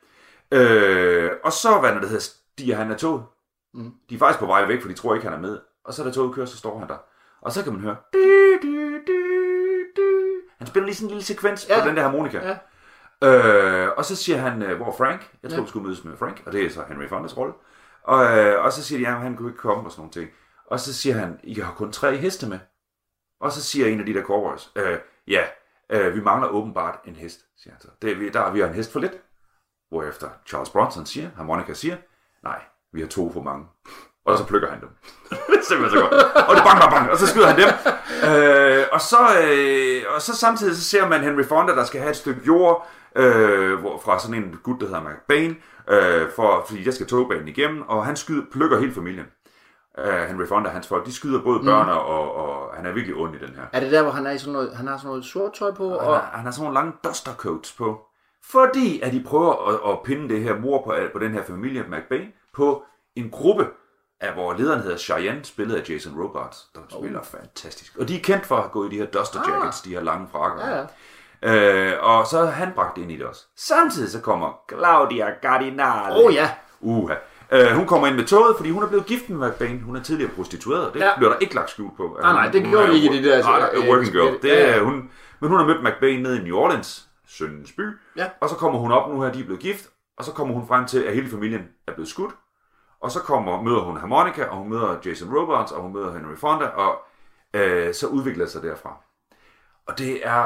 Speaker 2: Uh, og så, hvad det hedder, stiger han af toget. Mm. De er faktisk på vej væk, for de tror ikke, han er med. Og så da toget kører, så står han der. Og så kan man høre... Du, du, du, du. Han spiller lige sådan en lille sekvens ja. på den der harmonika. Ja. Øh, og så siger han, hvor er Frank? Jeg tror, ja. vi skulle mødes med Frank. Og det er så Henry Fondas rolle. Og, øh, og så siger de, at han kunne ikke komme og sådan nogle ting. Og så siger han, I har kun tre heste med. Og så siger en af de der cowboys, øh, ja, øh, vi mangler åbenbart en hest, siger han så. Det, der, vi har en hest for lidt. Hvorefter Charles Bronson siger, harmonika siger, nej, vi har to for mange. Og så plukker han dem. Det er simpelthen så godt. Og det bang, bang, bang, og så skyder han dem. Øh, og, så, øh, og så samtidig så ser man Henry Fonda, der skal have et stykke jord øh, hvor, fra sådan en gut, der hedder McBain, øh, for, fordi der skal togbanen igennem, og han skyder, plukker hele familien. Øh, Henry Fonda og hans folk, de skyder både børn, mm. og, og han er virkelig ond i den her.
Speaker 3: Er det der, hvor han, er i sådan noget, han har sådan noget sort tøj på? Og,
Speaker 2: og... Han, har, han har sådan nogle lange duster coats på. Fordi at de prøver at, at pinde det her mor på, på den her familie, McBain, på en gruppe, af hvor lederen hedder Cheyenne, spillet af Jason Robards, der oh. spiller fantastisk. Og de er kendt for at gå i de her duster jackets, ah. de her lange frakker. Ja, ja. Øh, og så han bragt ind i det også. Samtidig så kommer Claudia Cardinale.
Speaker 3: Åh oh, ja.
Speaker 2: Uha. Øh, hun kommer ind med toget, fordi hun er blevet gift med McBain. Hun er tidligere prostitueret. Det ja. bliver der ikke lagt skjul på.
Speaker 3: Nej, nej, det gjorde ikke i det der.
Speaker 2: Nej, uh, working girl. Det er hun. Men hun har mødt McBain nede i New Orleans, søndens by. Ja. Og så kommer hun op, nu her de er blevet gift. Og så kommer hun frem til, at hele familien er blevet skudt. Og så kommer, møder hun harmonika, og hun møder Jason Robards, og hun møder Henry Fonda, og øh, så udvikler det sig derfra. Og det er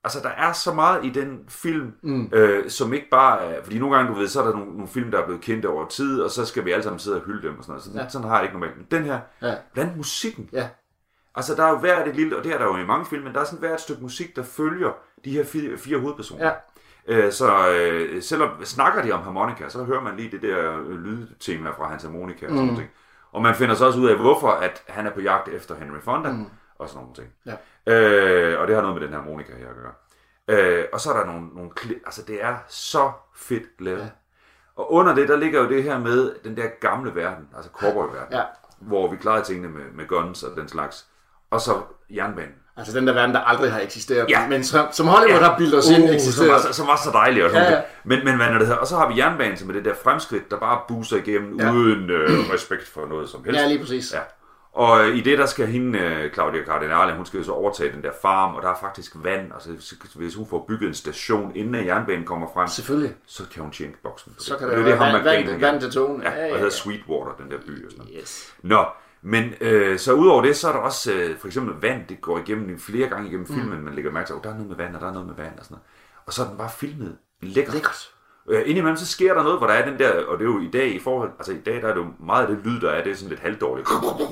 Speaker 2: altså, der er så meget i den film, mm. øh, som ikke bare er... Fordi nogle gange, du ved, så er der nogle, nogle film, der er blevet kendt over tid, og så skal vi alle sammen sidde og hylde dem og sådan noget. Så ja. Sådan har jeg ikke normalt. Men den her, ja. Blandt musikken. Ja. Altså, der er jo hvert et lille... Og det er der jo i mange film, men der er sådan hvert et stykke musik, der følger de her fire, fire hovedpersoner. Ja. Øh, så øh, selvom snakker de om harmonika, så hører man lige det der lydtema fra hans harmonika og sådan mm. noget. Og man finder så også ud af, hvorfor at han er på jagt efter Henry Fonda mm. og sådan nogle ting. Ja. Øh, og det har noget med den her harmonika her at gøre. Øh, og så er der nogle, nogle klip, altså det er så fedt lavet. Ja. Og under det, der ligger jo det her med den der gamle verden, altså cowboy-verden, ja. Hvor vi klarede tingene med, med guns og den slags. Og så jernbanen.
Speaker 3: Altså den der verden, der aldrig har eksisteret, ja. Men som, som Hollywood ja. Har bildet os uh, ind eksisteret.
Speaker 2: Som var, som var så dejlig. Og, ja, ja. Men, men hvad er det her? Og så har vi jernbanen, som er det der fremskridt, der bare buser igennem, ja. Uden øh, respekt for noget som helst.
Speaker 3: Ja, lige præcis. Ja.
Speaker 2: Og øh, i det, der skal hende, øh, Claudia Cardinale, hun skal jo så overtage den der farm, og der er faktisk vand. Altså hvis hun får bygget en station, inden jernbanen kommer frem,
Speaker 3: selvfølgelig,
Speaker 2: så kan hun tjene boksen.
Speaker 3: Så kan det, det, det være vand, vand, vand til togen.
Speaker 2: Ja, ja, ja, og hedder Sweetwater, den der by. Og sådan noget. Yes. Nå. Men øh, så udover det, så er der også øh, for eksempel vand, det går igennem flere gange igennem mm. filmen, man lægger mærke til, at oh, der er noget med vand, og der er noget med vand og sådan noget. Og så er den bare filmet lækkert. lækkert. Øh, indimellem så sker der noget, hvor der er den der, og det er jo i dag i forhold, altså i dag der er det jo meget af det lyd, der er, det er sådan lidt halvdårligt.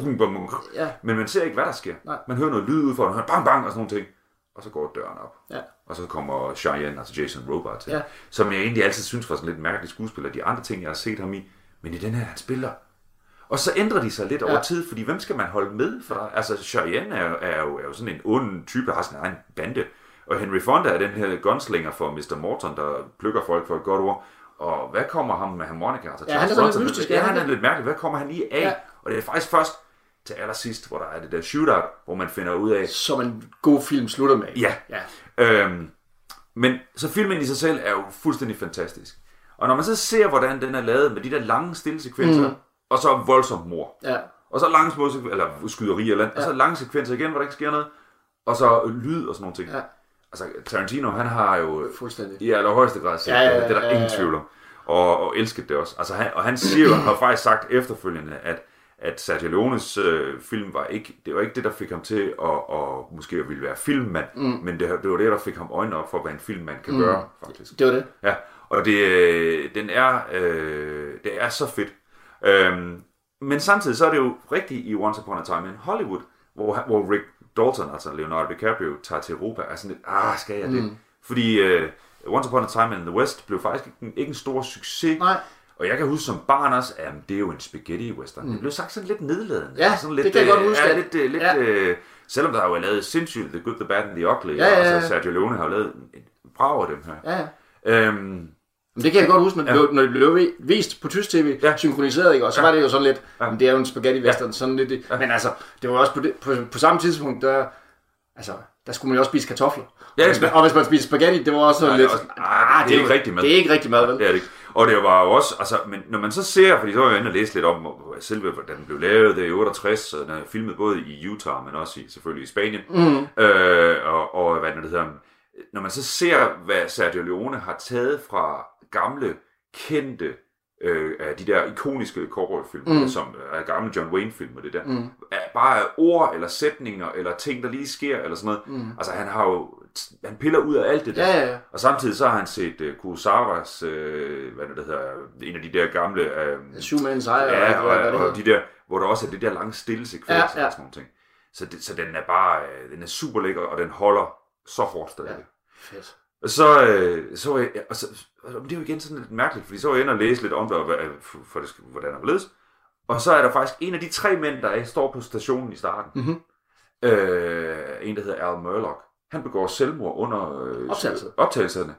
Speaker 2: Ja. Men man ser ikke, hvad der sker. Nej. Man hører noget lyd ud for, man hører bang bang og sådan nogle ting. Og så går døren op. Ja. Og så kommer Cheyenne, altså Jason Robart til, ja. Som jeg egentlig altid synes var sådan lidt mærkelig skuespiller. De andre ting, jeg har set ham i, men i den her, han spiller. Og så ændrer de sig lidt over ja. Tid, fordi hvem skal man holde med for dig? Altså, Cheyenne er, er, jo, er jo sådan en ond type, der har sin egen bande. Og Henry Fonda er den her gunslinger for mister Morton, der plukker folk for et godt ord. Og hvad kommer ham med harmonika? Altså,
Speaker 3: ja, han er sådan lidt mystisk.
Speaker 2: Ja, han er lidt mærkelig. Hvad kommer han i af? Ja. Og det er faktisk først til allersidst, hvor der er det der shootout, hvor man finder ud af...
Speaker 3: Som en god film slutter med.
Speaker 2: Ja. ja. Øhm, men så filmen i sig selv er jo fuldstændig fantastisk. Og når man så ser, hvordan den er lavet med de der lange stille sekvenser, mm. og så voldsomt mor. Ja. Og så lange små eller skyderi eller ja. Og så lange sekvenser igen, hvor der ikke sker noget. Og så lyd og sådan nogle ting. Ja. Altså Tarantino, han har jo fuldstændig i allerhøjeste grad set, ja, ja, ja, det, der ja, ja, ingen tvivl om. Og, og elsket det også. Altså han, og han siger jo, han har faktisk sagt efterfølgende, at at Sergio Leones øh, film var ikke, det var ikke det, der fik ham til at, at måske at ville være filmmand, mm. men det, det var det, der fik ham øjnene op for, hvad en filmmand kan mm. gøre, faktisk.
Speaker 3: Det var det.
Speaker 2: Ja, og det, den er, øh, det er så fedt. Øhm, men samtidig så er det jo rigtigt i Once Upon a Time in Hollywood, hvor, hvor Rick Dalton, altså Leonardo DiCaprio, tager til Europa, er sådan lidt, ah, skal jeg det? Mm. Fordi øh, Once Upon a Time in the West blev faktisk ikke en, ikke en stor succes.
Speaker 3: Nej.
Speaker 2: Og jeg kan huske som barn også, at det er jo en spaghetti western. Mm. Det blev sagt sådan lidt nedladende.
Speaker 3: Ja,
Speaker 2: sådan lidt,
Speaker 3: det kan jeg godt huske.
Speaker 2: Ja, lidt, lidt, ja. øh, selvom der jo er lavet sindssygt The Good, The Bad and The Ugly, ja, ja, ja. Og altså Sergio Leone har jo lavet en brav af dem her.
Speaker 3: Ja, ja. Øhm, men det kan jeg godt huske, men ja. Når det blev vist på tysk tv, ja. Synkroniseret, ikke? Og så ja. Var det jo sådan lidt, ja. Men det er jo en spaghetti western, ja. Sådan lidt. Ja. Men altså, det var også på, det, på, på samme tidspunkt, der, altså, der skulle man jo også spise kartofler. Ja, og, hvis man, og hvis man spiser spaghetti, det var også sådan ja, lidt,
Speaker 2: også, ah, det er ikke rigtig mad.
Speaker 3: Det er ikke rigtig mad, vel?
Speaker 2: Det er det ikke. Og det var jo også, altså, men når man så ser, fordi så var jeg inde og læse lidt om, selve, hvordan den blev lavet, det er i otteogtres, og den er filmet både i Utah, men også i, selvfølgelig i Spanien, mm. øh, og, og hvad det hedder, når man så ser, hvad Sergio Leone har taget fra gamle, kendte, øh, af de der ikoniske cowboy-film, mm. som er gamle John Wayne-film og det der, mm. bare ord eller sætninger, eller ting, der lige sker, eller sådan noget, mm. altså han har jo, han piller ud af alt det der.
Speaker 3: Ja, ja, ja.
Speaker 2: Og samtidig så har han set uh, Kurosawas, uh, hvad det hedder, en af de der gamle... Uh,
Speaker 3: Shoeman's Eye.
Speaker 2: Ja, og, og, og de der, hvor der også er det der lange stille sekvenser ja, ja. Og sådan nogle ting. Så, det, så den er bare, uh, den er super lækker, og den holder så hårdt stadig. Ja,
Speaker 3: fedt.
Speaker 2: Og så, uh, så, uh, og så, og det er jo igen sådan lidt mærkeligt, fordi så var jeg inde og læse lidt om det, for, for det, hvordan det var ledes. Og så er der faktisk en af de tre mænd, der er, står på stationen i starten. Mm-hmm. Uh, en, der hedder Al Murlock. Han begår selvmord under øh, optagelserne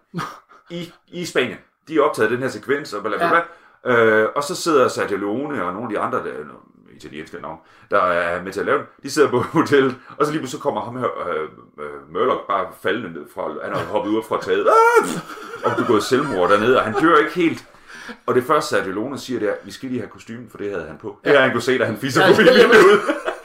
Speaker 2: i, i Spanien. De er optaget den her sekvens, og blablabla. Ja. Øh, og så sidder Sergio Leone og nogle af de andre, der, italienske navn, der er med til at lave den. De sidder på hotellet, og så lige så kommer ham her, øh, øh, Murlock bare faldende ned fra, han har hoppet ud fra taget, og begået selvmord dernede, og han dør ikke helt. Og det første Sergio Leone siger, det er, vi skal lige have kostymen, for det havde han på. Ja. Det har han kunne se, da han fisser på filmen ud.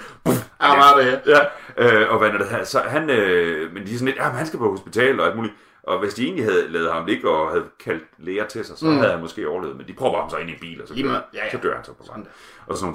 Speaker 3: Ja, var det
Speaker 2: ja. Øh, og hvad er det, så han, øh, men de er sådan lidt, ja, han skal på hospital og alt muligt. Og hvis de egentlig havde lavet ham ligge og havde kaldt læger til sig, så mm. havde han måske overlevet. Men de prøver ham så ind i en bil, og så, dør, ja, ja. så dør han så på vejen. Og sådan nogle ting.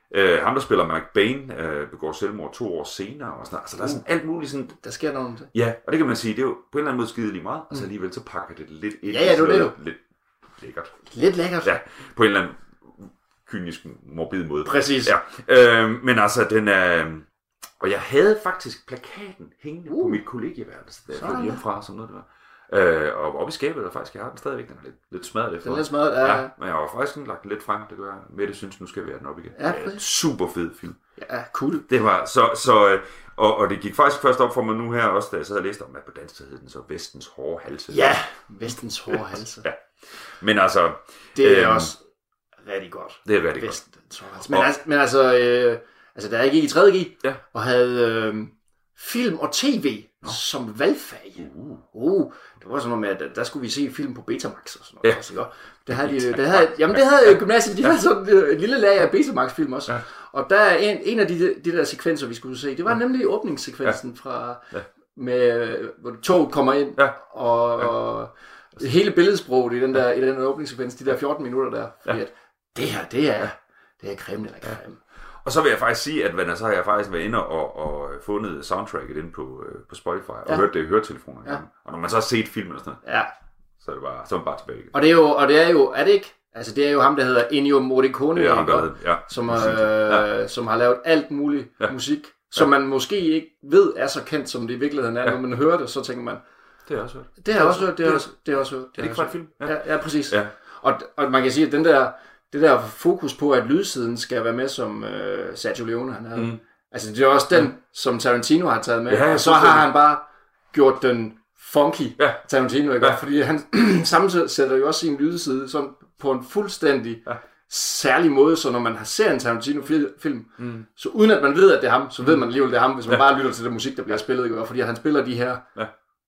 Speaker 2: Øh, ham, der spiller McBain, øh, begår selvmord to år senere. Og sådan, altså, der er sådan alt muligt sådan...
Speaker 3: Der sker noget.
Speaker 2: Ja, og det kan man sige, det er jo på en eller anden måde skide lige meget. Og så alligevel så pakker det lidt ind.
Speaker 3: Ja, ja, det er det.
Speaker 2: Lidt lækkert.
Speaker 3: Lidt lækkert.
Speaker 2: Ja, på en eller anden kynisk, morbid måde.
Speaker 3: Præcis.
Speaker 2: Ja. Øh, men altså, den er... Og jeg havde faktisk plakaten hængende uh. på mit kollegieværelse, da jeg flyttede hjemmefra, som noget det var. Øh, og oppe i skabet, der faktisk, jeg har den stadigvæk, den er lidt, lidt smadret efter.
Speaker 3: Den er lidt smadret, ja.
Speaker 2: ja. Men jeg har faktisk lagt den lidt frem, det gør jeg. Mette synes, nu skal vi have den op igen.
Speaker 3: Ja,
Speaker 2: ja, super fed film.
Speaker 3: Ja, cool.
Speaker 2: Det var så, så og, og det gik faktisk først op for mig nu her også, da jeg sad og læste om, at på dansk hed den så Vestens hårde halse.
Speaker 3: Ja, Vestens hårde halse.
Speaker 2: Ja. Men altså...
Speaker 3: Det er øhm, også rigtig godt.
Speaker 2: Det er rigtig
Speaker 3: Vestens hårde halse. Men, og, altså, men altså, øh, altså, da jeg gik i tredje G, ja. og havde øh, film og tv no. som valgfag. Uh. Uh, det var sådan noget med, at der skulle vi se film på Betamax og sådan noget. Ja. Også, det havde, de, det havde, jamen det havde gymnasiet, de havde sådan et lille lag af Betamax-film også. Ja. Og der er en, en af de, de der sekvenser, vi skulle se, det var ja. nemlig åbningssekvensen ja. fra, ja. med, hvor toget kommer ind, ja. og, ja. og hele billedsproget i den der, i den der åbningssekvens, de der fjorten minutter der, fordi ja. at det her, det er, det er creme eller creme. Ja.
Speaker 2: Og så vil jeg faktisk sige, at så har jeg faktisk været inde og, og fundet soundtracket inde på, øh, på Spotify, og ja. hørt det i høretelefoner. Ja. Og når man så har set filmen og sådan noget, ja. så er det bare, så er man bare tilbage igen.
Speaker 3: Og det er jo, og det er jo, er det ikke? Altså det er jo ham, der hedder Ennio Morricone,
Speaker 2: ja, ham, der ja.
Speaker 3: som, øh, ja. som har lavet alt muligt ja. musik, som ja. man måske ikke ved er så kendt, som det i virkeligheden er. Ja. Når man hører det, så tænker man,
Speaker 2: det har jeg også hørt.
Speaker 3: Det har jeg også hørt, det har jeg også hørt.
Speaker 2: Er det ikke fra en film?
Speaker 3: Ja, ja, ja præcis. Ja. Og, og man kan sige, at den der, det der fokus på, at lydsiden skal være med, som øh, Sergio Leone han havde. Mm. Altså det er også den, mm. som Tarantino har taget med. Ja, og så har han bare gjort den funky, ja. Tarantino, ikke? Ja. Fordi han sammensætter jo også sin lydside sådan på en fuldstændig ja. særlig måde, så når man har ser en Tarantino-film, mm. så uden at man ved, at det er ham, så ved man alligevel, det er ham, hvis man ja. bare lytter til den musik, der bliver spillet, ikke? Fordi han spiller de her ja.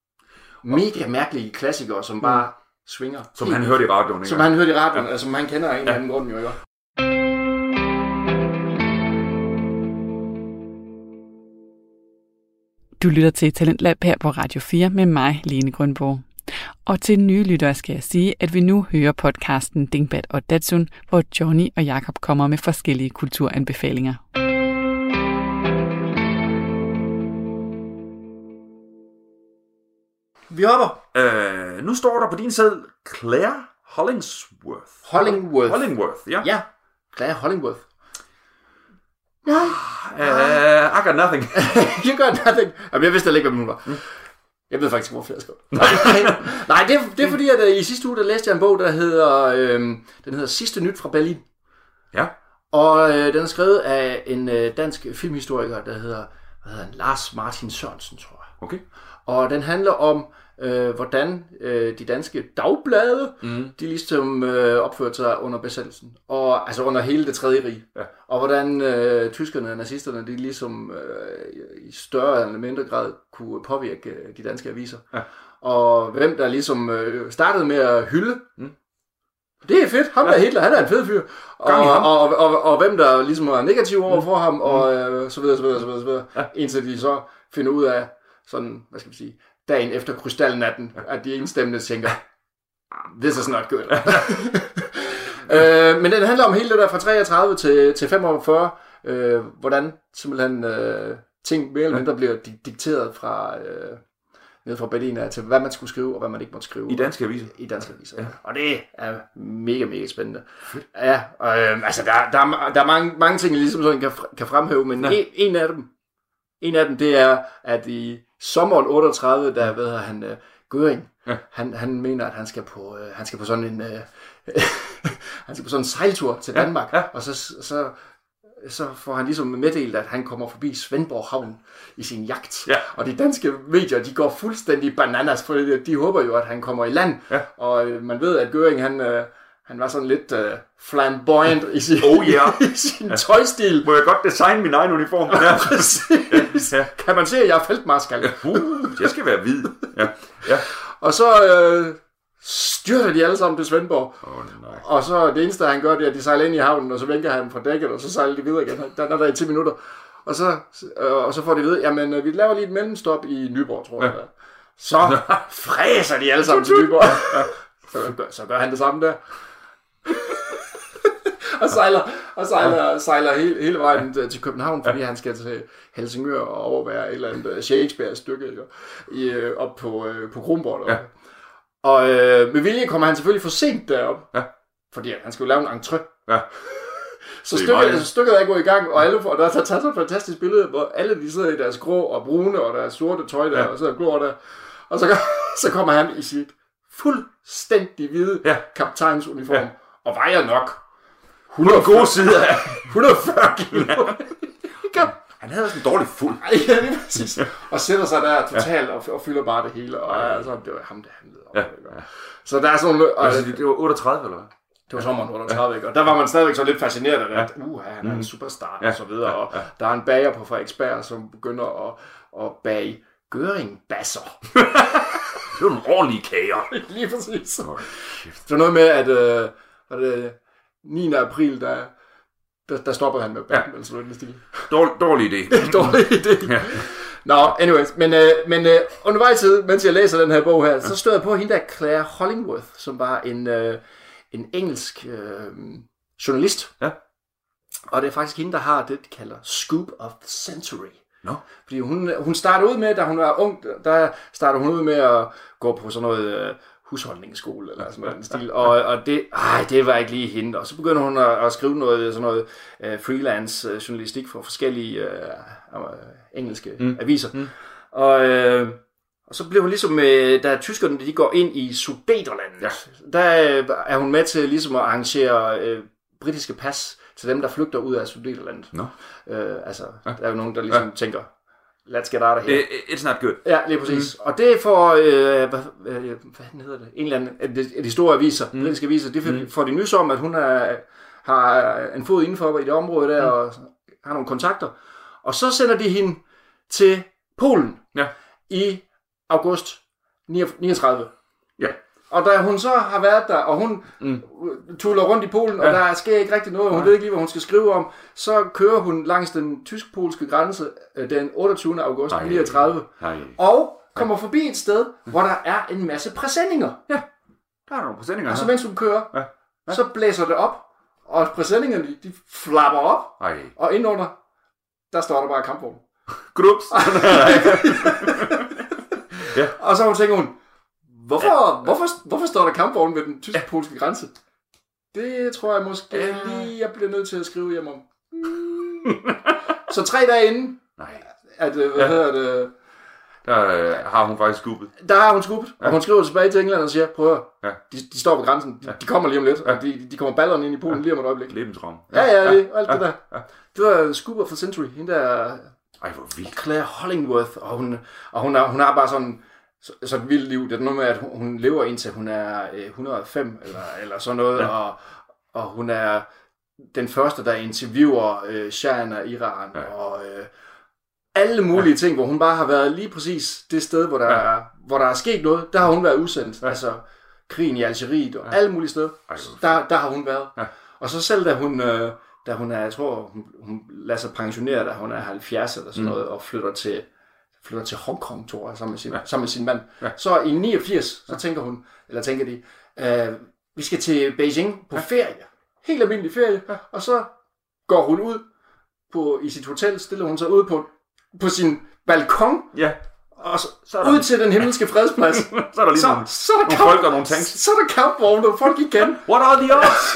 Speaker 3: mega mærkelige klassikere, som bare mm. svinger.
Speaker 2: Som helt, han hørte i radioen, ikke?
Speaker 3: Som han hørte i radioen, ja. altså som han kender af en eller anden grund, jo, ikke?
Speaker 1: Du lytter til Talentlab her på Radio fire med mig, Lene Grønborg. Og til nye lyttere skal jeg sige, at vi nu hører podcasten Dingbat og Datsun, hvor Johnny og Jakob kommer med forskellige kulturanbefalinger.
Speaker 3: Vi hopper.
Speaker 2: Øh, nu står der på din seddel Claire Hollingsworth.
Speaker 3: Hollingworth.
Speaker 2: Hollingworth, ja.
Speaker 3: Ja, Claire Hollingworth.
Speaker 2: Nej. Uh, I got nothing.
Speaker 3: You got nothing. Jamen, jeg vidste ikke, hvad hun var. Mm. Jeg ved faktisk ikke, hvorfor jeg skrev. Nej, det er, det er fordi, at uh, i sidste uge, der læste jeg en bog, der hedder, øh, den hedder Sidste Nyt fra Berlin.
Speaker 2: Ja.
Speaker 3: Og øh, den er skrevet af en øh, dansk filmhistoriker, der hedder, hvad hedder han? Lars Martin Sørensen, tror jeg.
Speaker 2: Okay.
Speaker 3: Og den handler om, øh, hvordan øh, de danske dagblade, mm. de ligesom øh, opførte sig under besættelsen. Og altså under hele det tredje rige. Ja. Og hvordan øh, tyskerne og nazisterne, de ligesom øh, i større eller mindre grad kunne påvirke øh, de danske aviser. Ja. Og hvem der ligesom øh, startede med at hylde. Mm. Det er fedt. Ham der ja. Hitler, han er en fed fyr. Og, og, og, og, og hvem der ligesom var negativ over for ham, mm. og øh, så videre, så videre, så videre, så videre. Ja. Indtil de så finder ud af, sådan, hvad skal vi sige, dagen efter krystalnatten, ja. at de enstemmende tænker, this is not good. øh, men den handler om hele det der fra treogtredive til, til femogfyrre, øh, hvordan simpelthen øh, ting mere eller mindre bliver dikteret fra... Øh, ned fra Berlin af til, hvad man skulle skrive, og hvad man ikke måtte skrive.
Speaker 2: I danske aviser?
Speaker 3: I danske aviser, ja. Og det er mega, mega spændende. Ja, og øh, altså, der, der, er, der er mange, mange ting, ligesom sådan kan, kan fremhæve, men en, en af dem, en af dem, det er, at i sommeren otteogtredive, der ved han, uh, Göring, ja. han, han mener, at han skal på, uh, han skal på sådan en, uh, han skal på sådan en sejltur til Danmark, ja. Ja. Og så, så så får han ligesom meddelt, at han kommer forbi Svendborg Havn i sin jagt. Ja. Og de danske medier, de går fuldstændig bananas, for de håber jo, at han kommer i land. Ja. Og man ved, at Göring, han, øh, han var sådan lidt øh, flamboyant i sin,
Speaker 2: oh, yeah.
Speaker 3: i sin ja. tøjstil.
Speaker 2: Må jeg godt designe min egen uniform?
Speaker 3: Ja, præcis. Ja. Kan man se, at jeg er feltmarskal?
Speaker 2: Uh, jeg skal være hvid. Ja. Ja.
Speaker 3: Og så... Øh, styrter de alle sammen til Svendborg.
Speaker 2: Oh,
Speaker 3: og så det eneste, han gør, det er, at de sejler ind i havnen, og så vinker han fra dækket, og så sejler de videre igen. Der er der i ti minutter. Og så, øh, og så får de at vide, jamen, øh, vi laver lige et mellemstop i Nyborg, tror jeg. Ja. Så fræser de alle sammen til Nyborg. så, gør, så gør han det samme der. og sejler, og sejler, sejler hele, hele vejen til København, fordi ja. han skal til Helsingør og overvære et eller andet Shakespeare-stykke i, op på, på Kronborg. Ja. Og øh, med vilje kommer han selvfølgelig for sent derop, ja. fordi han skal jo lave en entré. Ja. Så stykket, altså, stykket er gået i gang, og alle får, der er taget så et fantastisk billede, hvor alle de sidder i deres grå og brune og deres sorte tøj der, ja. og så glor der. Og så, så kommer han i sit fuldstændig hvide ja. kaptajnsuniform, ja. og vejer nok
Speaker 2: hundrede gode sider af
Speaker 3: hundrede og fyrre kilo.
Speaker 2: Han havde sådan en dårlig fuld.
Speaker 3: Ja, det er præcis. Og sætter sig der totalt ja. og, og fylder bare det hele. Og ja. altså, det var ham, det handlede om. Ja. Så der er sådan nogle... Og,
Speaker 2: altså, det var otteogtredive, eller hvad?
Speaker 3: Det var sommeren otteogtredive, ikke? Og der var man stadigvæk så lidt fascineret af det. Uh, han er en superstar, ja. og så videre. Og der er en bager på Frederiksberg, som begynder at, at bage gøringbasser.
Speaker 2: Det var nogle ordentlige kager.
Speaker 3: Lige præcis. Oh, det var noget med, at øh, var det niende april, der, der, der stoppede han med bagen. Ja. Altså, det
Speaker 2: Dårlig, dårlig idé.
Speaker 3: dårlig idé. Ja. Nå, anyways, men, øh, men øh, undervejs, mens jeg læser den her bog her, så stod jeg på hende der Claire Hollingworth, som var en... Øh, en engelsk øh, journalist. Ja. Og det er faktisk hende, der har det, de kalder Scoop of the Century. No. Fordi hun, hun startede ud med, da hun var ung, der startede hun ud med at gå på sådan noget øh, husholdningsskole, eller sådan noget stil. Og, og det, ej, det var ikke lige hende. Og så begyndte hun at, at skrive noget, sådan noget øh, freelance øh, journalistik for forskellige øh, øh, engelske mm. aviser. Mm. Og... Øh, Og så blev hun ligesom, da tyskerne de går ind i Sudeterlandet, ja. der er hun med til ligesom at arrangere øh, britiske pas til dem, der flygter ud af Sudeterlandet. No. Øh, altså, ja. Der er jo nogen, der ligesom ja. tænker, let's get out of here.
Speaker 2: It's not good.
Speaker 3: Ja, lige præcis. Mm. Og det er for, øh, hvad, hvad, hvad hedder det, en eller anden af de store aviser, mm. britiske aviser, det mm. får de nys om, at hun er, har en fod indenfor i det område der, mm. og har nogle kontakter. Og så sender de hende til Polen ja. i august niogtredive. Ja. Og da hun så har været der, og hun mm. tuller rundt i Polen, og ja. der sker ikke rigtig noget, og hun ja. ved ikke lige, hvad hun skal skrive om, så kører hun langs den tysk-polske grænse den otteogtyvende august niogtredive, og kommer forbi et sted, hvor der er en masse præsendinger. Ja,
Speaker 2: der er nogle præsendinger.
Speaker 3: Og så mens hun kører, ja. Ja. så blæser det op, og præsendingerne, de flapper op, Ej. og indunder, der står der bare kampvogn.
Speaker 2: Grups.
Speaker 3: Ja. Og så tænker hun, hvorfor, ja. hvorfor, hvorfor står der kampvogn ved den tysk-polske grænse? Det tror jeg måske ja. lige, jeg bliver nødt til at skrive hjem om. Så tre dage inden, Nej. at, hvad ja. hedder det...
Speaker 2: Der øh, har hun faktisk skubbet.
Speaker 3: Der har hun skubbet, ja. og hun skriver tilbage til England og siger, prøv at ja. de, de står på grænsen, de, ja. de kommer lige om lidt, ja. og de, de kommer ballerne ind i Polen ja. lige om et øjeblik.
Speaker 2: Lebensraum.
Speaker 3: Ja, ja, ja, det, alt ja. det der. Ja. Det var Scoop of the Century, hende der...
Speaker 2: Ej, hvor vildt.
Speaker 3: Claire Hollingworth, og hun, og hun, har, hun har bare sådan så, så et vildt liv. Det er noget med, at hun, hun lever indtil hun er øh, et hundrede og fem eller, eller sådan noget, ja. og, og hun er den første, der interviewer øh, Shahen af Iran, ja. og øh, alle mulige ja. ting, hvor hun bare har været lige præcis det sted, hvor der, ja. er, hvor der er sket noget, der har hun været udsendt. Ja. Altså krigen i Algeriet og ja. alle mulige steder, Ej, der, der har hun været. Ja. Og så selv da hun... Øh, da hun er, jeg tror, hun, hun lader sig pensionere, da hun er halvfjerds eller sådan noget, mm. og flytter til, flytter til Hongkong, tror jeg, sammen med sin, ja. sammen med sin mand. Ja. Så i niogfirs, så tænker hun, eller tænker de, øh, vi skal til Beijing på ja. ferie. Helt almindelig ferie. Ja. Og så går hun ud på, i sit hotel, stiller hun sig ud på, på sin balkon, ja. og så, så ud der... til den himmelske fredsplads.
Speaker 2: så er der lige så, nogle, så er der nogle kamp, folk og nogle tanks.
Speaker 3: Så er der kampvogne, og folk igen.
Speaker 2: What are the odds?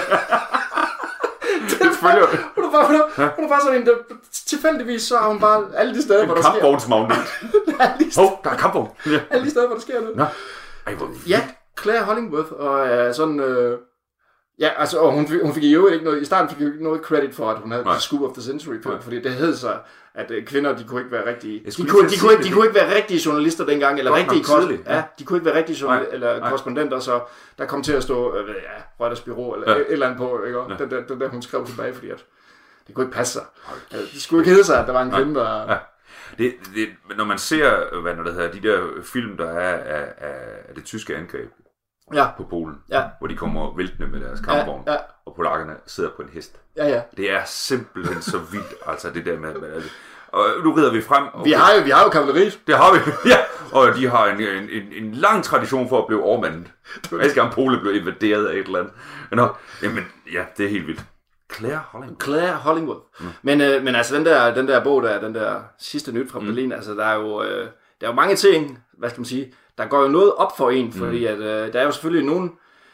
Speaker 3: Hun er bare, hun er, hun er bare sådan en, der, tilfældigvis så har hun bare alle de steder,
Speaker 2: en
Speaker 3: hvor der sker.
Speaker 2: En kampvognsmagnet.
Speaker 3: Hov,
Speaker 2: der er kampvogn.
Speaker 3: Ja. Alle de steder, hvor der sker noget. Nå.
Speaker 2: Ej, hvor
Speaker 3: ja, Claire Hollingworth, og uh, sådan, øh, ja, altså, og hun, hun fik i øvrigt ikke noget, i starten fik hun ikke noget credit for, at hun havde the Scoop of the Century, for, fordi det hed sig, at uh, kvinder, de kunne ikke være rigtige, de kunne, de, kunne, de kunne ikke være rigtige journalister dengang, eller rigtige kors, ja, de kunne ikke være rigtige journalister, eller nej. korrespondenter, så der kom til at stå, øh, ja, Reuters Bureau, eller ja. et eller andet på, ikke? Ja. Den, der, den der, hun skrev tilbage, fordi at det kunne ikke passe sig. Okay. Det skulle ikke hedde sig, at der var en kvinde, der... Ja.
Speaker 2: Det, det, når man ser, hvad det hedder, de der film, der er af, af, af det tyske angreb ja. på Polen, ja. hvor de kommer væltende med deres kampvogn, ja. Ja. og polakkerne sidder på en hest.
Speaker 3: Ja, ja.
Speaker 2: Det er simpelthen så vildt, altså det der med... med Og nu rider vi frem.
Speaker 3: Okay. Vi har jo, vi har jo kavaleriet.
Speaker 2: Det har vi, ja. Og de har en, en, en, en lang tradition for at blive overmandet. Jeg skal om Polen blev invaderet af et eller andet. Nå, jamen, ja, det er helt vildt. Claire Hollingworth.
Speaker 3: Claire Hollingworth. Mm. Men, øh, men altså, den der, den der bog, der den der sidste nyt fra Berlin, mm. altså, der er jo, øh, der er jo mange ting, hvad skal man sige, der går jo noget op for en, fordi mm. at, øh, der er jo selvfølgelig nogle,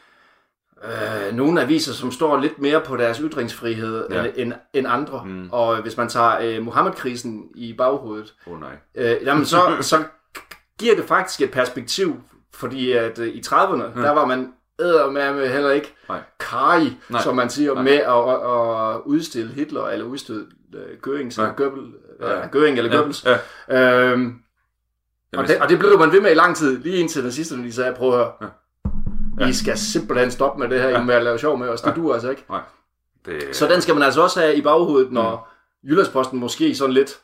Speaker 3: øh, nogle aviser, som står lidt mere på deres ytringsfrihed ja. end, end, end andre. Mm. Og hvis man tager øh, Mohammed-krisen i baghovedet,
Speaker 2: oh, nej.
Speaker 3: Øh, jamen, så, så giver det faktisk et perspektiv, fordi at øh, i trediverne, mm. der var man eddermame heller ikke kari, som man siger, Nej. med at, at, at udstille Hitler, eller udstille uh, Göring, eller Goebbels, ja. Göring eller Goebbels. Ja. Ja. Øhm, og, det, og det blev man ved med i lang tid, lige indtil den sidste, når de sagde, prøv at høre, ja. Ja. I skal simpelthen stoppe med det her, ja. med at lave sjov med os, det ja. duer altså ikke. Nej. Det... Så den skal man altså også have i baghovedet, når mm. Jyllandsposten måske sådan lidt,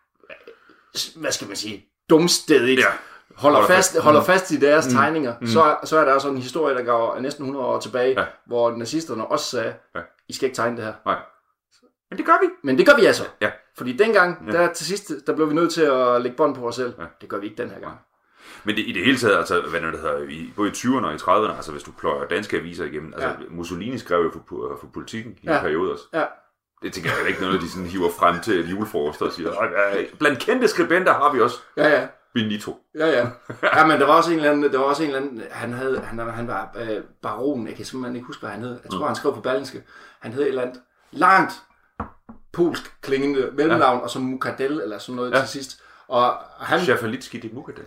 Speaker 3: hvad skal man sige, dumstedigt, ja. Holder, holder fast, holder fast i deres mm. tegninger, mm. Så, så er der også en historie, der går næsten hundrede år tilbage, ja. hvor nazisterne også sagde, ja. I skal ikke tegne det her. Nej. Men det gør vi. Men det gør vi altså. Ja. Fordi dengang, ja. der til sidst, der blev vi nødt til at lægge bånd på os selv. Ja. Det gør vi ikke den her gang.
Speaker 2: Men det, i det hele taget, altså, hvad det hedder, i, både i tyverne og i trediverne, altså hvis du pløjer danske aviser igennem, altså ja. Mussolini skrev jo for, for politikken i ja. en periode også. Ja. Det tænker jeg ikke noget, de sådan hiver frem til et julefrokost og siger, blandt kendte skribenter har vi også. Ja, ja. Benito.
Speaker 3: Ja, ja. Ja, men der var også en eller anden, der var også en eller anden, han havde, han, han var øh, baron, jeg kan simpelthen ikke huske, hvad han hed. Jeg tror, mm. han skrev på Berlingske. Han hed et eller andet langt polsk klingende mellemnavn, ja. og så Mukadel, eller sådan noget ja. til sidst. Og han...
Speaker 2: Schafalitski de Mukadel.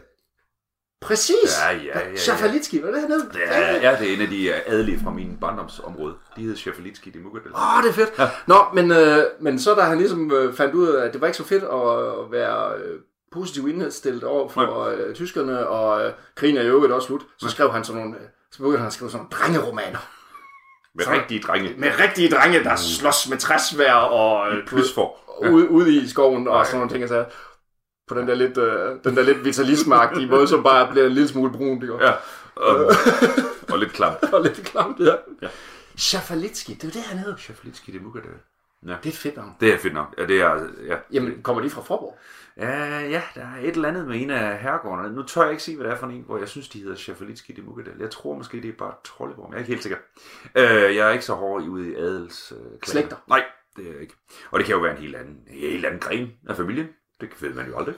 Speaker 3: Præcis!
Speaker 2: Ja, ja, ja. ja.
Speaker 3: Schafalitski, hvad er det, han hed?
Speaker 2: Ja, ja, det er en af de adelige fra min barndomsområde. De hed Schafalitski de Mukadel.
Speaker 3: Åh, oh, det er fedt. Ja. Nå, men, øh, men så da han ligesom øh, fandt ud af, at det var ikke så fedt at, at være... Øh, positivt indstillet over for øh, tyskerne, og øh, krigen er jo øvrigt også slut, så skrev han sådan nogle, øh, så begyndte han at skrive sådan nogle drengeromaner.
Speaker 2: Med så, rigtige drenge.
Speaker 3: Med rigtige drenge, der slås med træsvær og øh,
Speaker 2: plysfor.
Speaker 3: Ude, ude i skoven og sådan nogle ting, så på den der lidt, øh, den der lidt vitalisme-agtige måde, som bare bliver en lille smule brun, det går. Ja,
Speaker 2: og, og lidt klamt.
Speaker 3: og lidt klamt, ja. ja. Schafalitski, det er det, han hedder.
Speaker 2: Schafalitski, det er Mukadel. Ja.
Speaker 3: Det er et fedt navn.
Speaker 2: Det er fedt navn. Ja, det er, ja.
Speaker 3: Jamen, kommer de fra Forborg?
Speaker 2: Ja, ja, der er et eller andet med en af herregårdene. Nu tør jeg ikke sige, hvad det er for en, hvor jeg synes, de hedder Schafalitski de Mukadel. Jeg tror måske, det er bare Trolleborg, men jeg er ikke helt sikker. Øh, jeg er ikke så hård ude i adels... Øh,
Speaker 3: Slægter?
Speaker 2: Nej, det er jeg ikke. Og det kan jo være en helt anden, en helt anden gren af familien. Det ved man jo aldrig.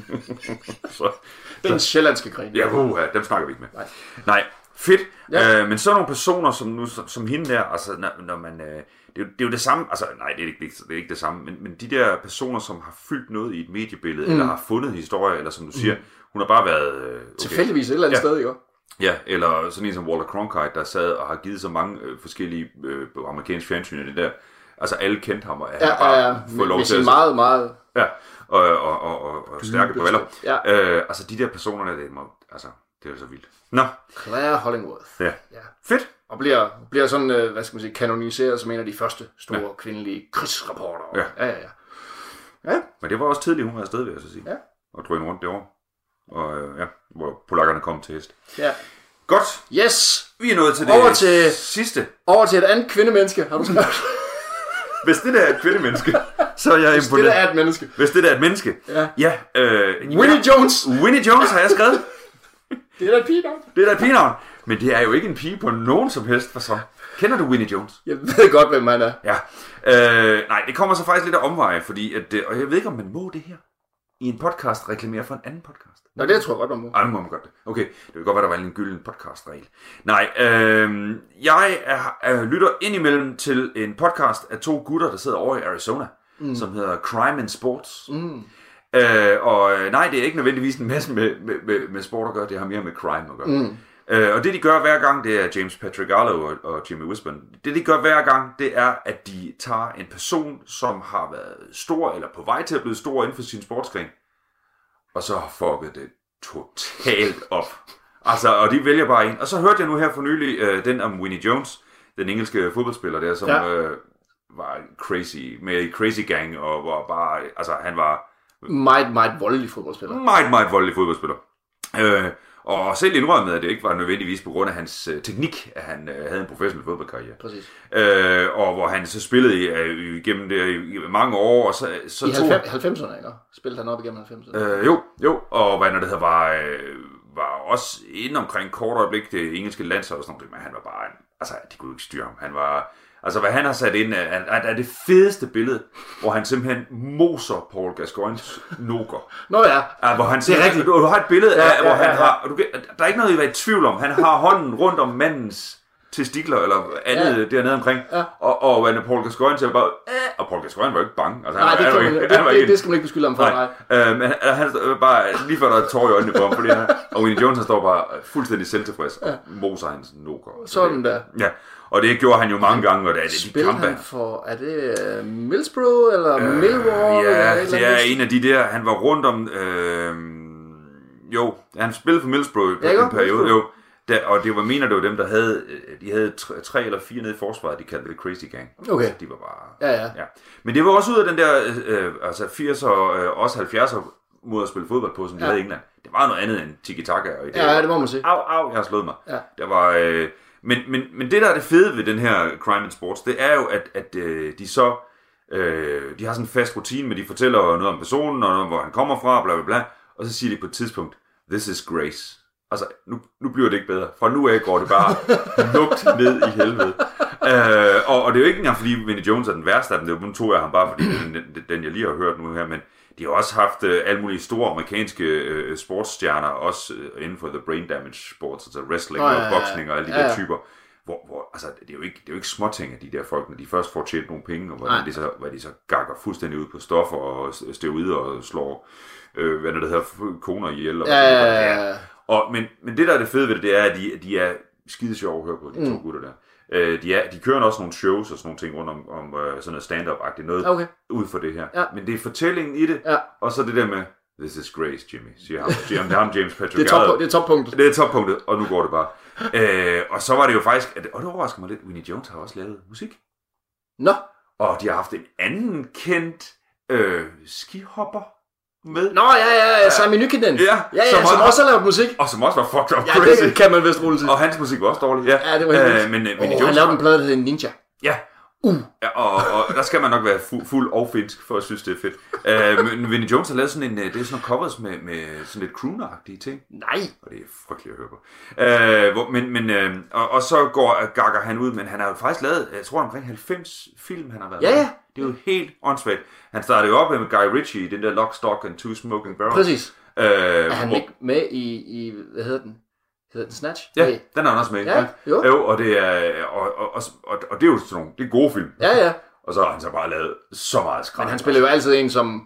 Speaker 3: så, Den så, sjællandske gren.
Speaker 2: Ja, uh, ja, dem snakker vi ikke med. Nej, Nej fedt. Ja. Øh, men så nogle personer, som, nu, som, som hende der, altså når, når man... Øh, Det er, jo, det er jo det samme, altså nej, det er ikke, det er ikke det samme, men, men de der personer, som har fyldt noget i et mediebillede, mm. eller har fundet en historie, eller som du siger, mm. hun har bare været... Okay.
Speaker 3: Tilfældigvis et eller andet
Speaker 2: ja.
Speaker 3: sted, jo.
Speaker 2: Ja, eller sådan en som Walter Cronkite, der sad og har givet så mange øh, forskellige øh, amerikanske fjernsyn af det der. Altså alle kendte ham, og han
Speaker 3: ja,
Speaker 2: har bare
Speaker 3: ja, ja.
Speaker 2: fået lov
Speaker 3: med
Speaker 2: til at...
Speaker 3: meget, meget...
Speaker 2: Ja, og, og, og, og, og stærke på valder. Ja. Øh, altså de der personer, der, det, må, altså, det er jo så vildt. Nå.
Speaker 3: Claire Hollingworth.
Speaker 2: Ja. ja. Fedt.
Speaker 3: Og bliver, bliver sådan, øh, hvad skal man sige, kanoniseret som en af de første store ja. kvindelige krigsreportere. Ja. Ja, ja, ja. Ja.
Speaker 2: Men det var også tidligt, hun var afsted, vil jeg så sige. Ja. Og drønede rundt derovre. Og øh, ja, hvor polakkerne kom til hest.
Speaker 3: Ja.
Speaker 2: Godt.
Speaker 3: Yes.
Speaker 2: Vi er nået til det
Speaker 3: over til,
Speaker 2: sidste.
Speaker 3: Over til et andet kvindemenneske, har du skrevet.
Speaker 2: Hvis det der er et kvindemenneske, så er jeg
Speaker 3: Hvis
Speaker 2: imponeret.
Speaker 3: Hvis det der er et menneske.
Speaker 2: Hvis det der er et menneske. Ja. ja øh,
Speaker 3: Winnie
Speaker 2: ja.
Speaker 3: Jones.
Speaker 2: Winnie Jones har jeg skrevet.
Speaker 3: Det er da et pigenavn.
Speaker 2: Det er da et pigenavn. Men det er jo ikke en pige på nogen som helst fasong. Kender du Winnie Jones?
Speaker 3: Jeg ved godt, hvem man er.
Speaker 2: Ja. Øh, nej, det kommer så faktisk lidt af omveje, fordi at, og jeg ved ikke, om man må det her i en podcast reklamere for en anden podcast.
Speaker 3: Nå, det tror jeg godt, man må.
Speaker 2: Ej, nu må man godt det. Okay, det vil godt være, der var en gylden podcast-regel. Nej, øh, jeg er, er, lytter indimellem til en podcast af to gutter, der sidder over i Arizona, mm. som hedder Crime and Sports. Mm. Øh, og nej, det er ikke nødvendigvis en masse med, med, med, med sport at gøre, det har mere med crime at gøre. Mm. Øh, og det de gør hver gang, det er James Patrick Arlo og, og Jimmy Wisburn. Det de gør hver gang, det er, at de tager en person, som har været stor, eller på vej til at blive stor inden for sin sportsgren, og så har fucket det totalt op. Altså, og de vælger bare en. Og så hørte jeg nu her for nylig øh, den om Winnie Jones, den engelske fodboldspiller der, som ja. øh, var crazy, med i Crazy Gang, og var bare, altså han var...
Speaker 3: Meget, meget voldelig fodboldspiller.
Speaker 2: Meget, meget voldelig fodboldspiller. Øh, Og selv indrømmede, at det ikke var nødvendigvis på grund af hans øh, teknik, at han øh, havde en professionel fodboldkarriere.
Speaker 3: Præcis.
Speaker 2: Øh, og hvor han så spillede øh, igennem det i mange år. Og så, så
Speaker 3: I tog... halvfemserne, ikke? Spillede han op igennem halvfemserne?
Speaker 2: Øh, jo, jo. Og hvad når det hedder, var, øh, var også inde omkring kort øjeblik det engelske landshold og sådan noget, men han var bare en, altså, de kunne ikke styre ham. Han var... Altså, hvad han har sat ind, er, er det fedeste billede, hvor han simpelthen moser Paul Gascoignes noker.
Speaker 3: Nå ja.
Speaker 2: Ja, hvor han det er rigtigt. Du, du har et billede
Speaker 3: ja,
Speaker 2: af, hvor
Speaker 3: ja,
Speaker 2: han
Speaker 3: ja, ja.
Speaker 2: har... Du, der er ikke noget, I var i tvivl om. Han har hånden rundt om mandens testikler, eller andet ja. dernede omkring. Ja. Og, og hvad Paul Gascoigne siger bare... Æh, og Paul Gascoigne var jo ikke bange. Altså,
Speaker 3: nej,
Speaker 2: han,
Speaker 3: det,
Speaker 2: han,
Speaker 3: man,
Speaker 2: han,
Speaker 3: det,
Speaker 2: han var
Speaker 3: det,
Speaker 2: ikke,
Speaker 3: det skal man ikke beskylde ham for.
Speaker 2: Nej. Nej. Øh, men han, han bare... Lige før der er tår i øjnene på ham, fordi han... Og Winnie Jones, han står bare fuldstændig selvtilfreds og ja. moser hans noker.
Speaker 3: Sådan der.
Speaker 2: Ja. Og det gjorde han jo mange gange, og det er det
Speaker 3: de kampe. Han for, er det uh, Middlesbrough eller øh, Millwall?
Speaker 2: Ja,
Speaker 3: eller
Speaker 2: det er en af de der, han var rundt om, øh, jo, han spillede for Middlesbrough på ja, en periode, jo, der, og det var, mener det var dem, der havde, de havde tre, tre eller fire nede i forsvaret, de kaldte det Crazy Gang.
Speaker 3: Okay.
Speaker 2: Altså, de var bare,
Speaker 3: ja, ja.
Speaker 2: ja. Men det var også ud af den der, øh, altså firs'er og øh, også halvfjerdser måde at spille fodbold på, som de ja. havde i England. Det var noget andet end tiki-taka. Og det,
Speaker 3: ja, det må man sige.
Speaker 2: Au, au, jeg har slået mig.
Speaker 3: Ja.
Speaker 2: Der var... Øh, Men, men, men det, der er det fede ved den her Crime and Sports, det er jo, at, at øh, de så, øh, de har sådan en fast rutine, men de fortæller noget om personen, og noget om, hvor han kommer fra, bla bla bla, og så siger de på et tidspunkt, this is grace. Altså, nu, nu bliver det ikke bedre. Fra nu af går det bare lugt ned i helvede. Øh, og, og det er jo ikke engang, fordi Vinnie Jones er den værste af dem, det er jo kun to af ham, bare fordi den, den, den, jeg lige har hørt nu her, men de har også haft øh, alle mulige store amerikanske øh, sportsstjerner, også øh, inden for the brain damage sports, altså wrestling oh, ja, og boksning og alle de ja, ja. der typer, hvor, hvor altså, det er jo ikke, det er jo ikke småting af de der folk, når de først får tjent nogle penge, og hvordan de så, hvad de så gakker fuldstændig ud på stoffer og steroider og slår, øh, hvad det hedder, koner ihjel. Og,
Speaker 3: ja, ja, ja.
Speaker 2: og, men, men det der er det fede ved det, det er, at de, de er skide sjove at høre på, de mm. to gutter der. De, er, de kører også nogle shows og sådan nogle ting rundt om, om uh, sådan noget stand-up-agtigt noget
Speaker 3: okay.
Speaker 2: ud for det her.
Speaker 3: Ja.
Speaker 2: Men det er fortællingen i det,
Speaker 3: ja. og
Speaker 2: så det der med, this is grace, Jimmy, siger ham. Siger ham, det er ham James Patrick.
Speaker 3: Det er, top, det er toppunktet.
Speaker 2: Det er toppunktet, og nu går det bare. uh, og så var det jo faktisk, at, og det overrasker mig lidt, Winnie Jones har også lavet musik.
Speaker 3: Nå.
Speaker 2: Og de har haft en anden kendt øh, skihopper med.
Speaker 3: Nå, ja, ja, ja, Sami Nykinen.
Speaker 2: Ja,
Speaker 3: ja, ja, som, som også har lavet musik.
Speaker 2: Og som også var fucked up
Speaker 3: ja,
Speaker 2: crazy.
Speaker 3: Ja, det kan man vist rulle til.
Speaker 2: Og hans musik var også dårlig, ja.
Speaker 3: Ja, det var helt
Speaker 2: øh, men, men
Speaker 3: oh, han lavede en plade, der hedder Ninja.
Speaker 2: Ja. Uh. ja og, og der skal man nok være fu- fuld og finsk, for at synes, det er fedt. uh, men Vinnie Jones har lavet sådan en, det er sådan nogle covers med, med sådan lidt crooner-agtige ting.
Speaker 3: Nej.
Speaker 2: Og det er frygteligt at høre på. Uh, hvor, men, men, uh, og, og så går gakker han ud, men han har jo faktisk lavet, jeg tror omkring halvfems film, han har været
Speaker 3: ja,
Speaker 2: med.
Speaker 3: Ja.
Speaker 2: Det er jo helt åndssvagt. Han startede jo op med Guy Ritchie, den der Lock, Stock and Two Smoking Barrels.
Speaker 3: Præcis.
Speaker 2: Uh,
Speaker 3: er han hvor... ikke med i, i, hvad hedder den? Hedder den Snatch?
Speaker 2: Ja,
Speaker 3: hey.
Speaker 2: Den er han også med.
Speaker 3: Ja, jo.
Speaker 2: jo og, det er, og, og, og, og, og det er jo sådan nogle, det er gode film.
Speaker 3: Ja, ja.
Speaker 2: Og så har han så bare lavet så meget skræk.
Speaker 3: Men han spiller jo altid en, som,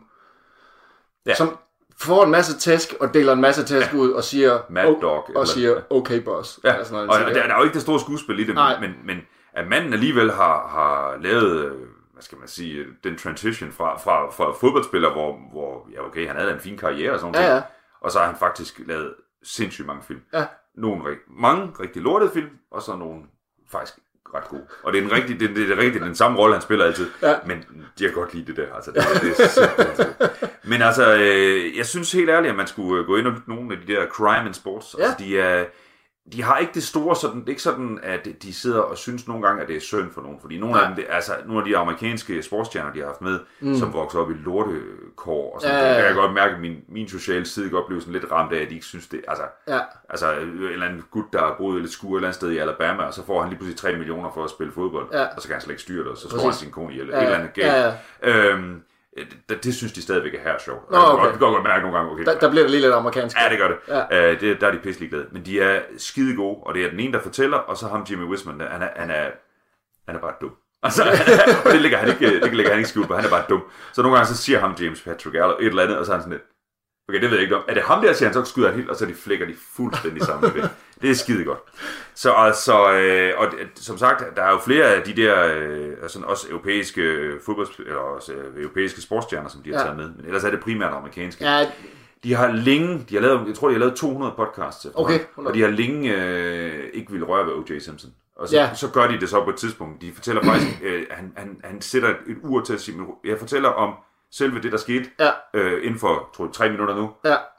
Speaker 3: ja. som får en masse tæsk og deler en masse tæsk ja. ud og siger,
Speaker 2: Mad Dog,
Speaker 3: og siger, okay boss.
Speaker 2: Ja. Sådan noget, og, og der, der er jo ikke det store skuespil i det, men, men, men at manden alligevel har, har lavet, hvad skal man sige, den transition fra, fra, fra fodboldspiller, hvor, hvor ja okay, han havde en fin karriere og sådan
Speaker 3: ja,
Speaker 2: noget.
Speaker 3: Ja.
Speaker 2: Og så har han faktisk lavet sindssygt mange film.
Speaker 3: Ja.
Speaker 2: Nogle, mange rigtig lortede film, og så nogle faktisk ret gode. Og det er, en rigtig, det, det er rigtig den samme rolle, han spiller altid.
Speaker 3: Ja.
Speaker 2: Men de har godt lide det der. Altså, det, det er simpelthen. Men altså, øh, jeg synes helt ærligt, at man skulle gå ind og lytte nogle af de der crime and sports.
Speaker 3: Ja.
Speaker 2: Altså, de er... De har ikke det store, sådan, det er ikke sådan, at de sidder og synes nogle gange, at det er synd for nogen. Fordi nogle, af, dem, det, altså, nogle af de amerikanske sportsstjerner, de har haft med, mm. som vokser op i lortekår og sådan, ja, ja, ja. Der kan jeg godt mærke, at min, min sociale side godt blive sådan lidt ramt af, at de ikke synes det. Altså,
Speaker 3: ja.
Speaker 2: altså en eller anden gut, der har boet lidt skur et eller andet sted i Alabama, og så får han lige pludselig tre millioner for at spille fodbold,
Speaker 3: ja.
Speaker 2: og så kan han slet ikke styre det, og så slår han sin kone ihjel,
Speaker 3: ja,
Speaker 2: et eller andet galt.
Speaker 3: Ja, ja.
Speaker 2: Øhm, Det, det synes de stadigvæk er her sjovt.
Speaker 3: Nå, okay.
Speaker 2: Det går godt mærke nogle gange. Okay.
Speaker 3: Der, der bliver det lige lidt amerikansk.
Speaker 2: Ja, det gør det.
Speaker 3: Ja.
Speaker 2: Uh, det der er de pisselig glade. Men de er skide gode, og det er den ene, der fortæller, og så ham Jimmy Wisman, han er, han er, han er bare dum. Altså, og det lægger han ikke, det lægger han ikke skjult på, han er bare dum. Så nogle gange så siger ham James Patrick eller et eller andet, og så er han sådan lidt, okay, det ved jeg ikke om. Er det ham der, siger han, så skyder han helt, og så de flækker de fuldstændig sammen med det. Det er skide godt. Så altså, øh, og som sagt, der er jo flere af de der, øh, altså også europæiske fodbold, eller også øh, europæiske sportsstjerner, som de har ja. taget med. Men ellers er det primært amerikanske.
Speaker 3: Ja.
Speaker 2: De har længe, de har lavet, jeg tror, de har lavet to hundrede podcasts.
Speaker 3: Okay.
Speaker 2: Og de har længe øh, ikke ville røre ved O J Simpson. Og så, ja. så gør de det så på et tidspunkt. De fortæller faktisk, øh, han, han, han sætter et, et ur til at sige, jeg fortæller om selve det, der skete,
Speaker 3: ja.
Speaker 2: øh, inden for, tror jeg, tre minutter nu.
Speaker 3: Ja.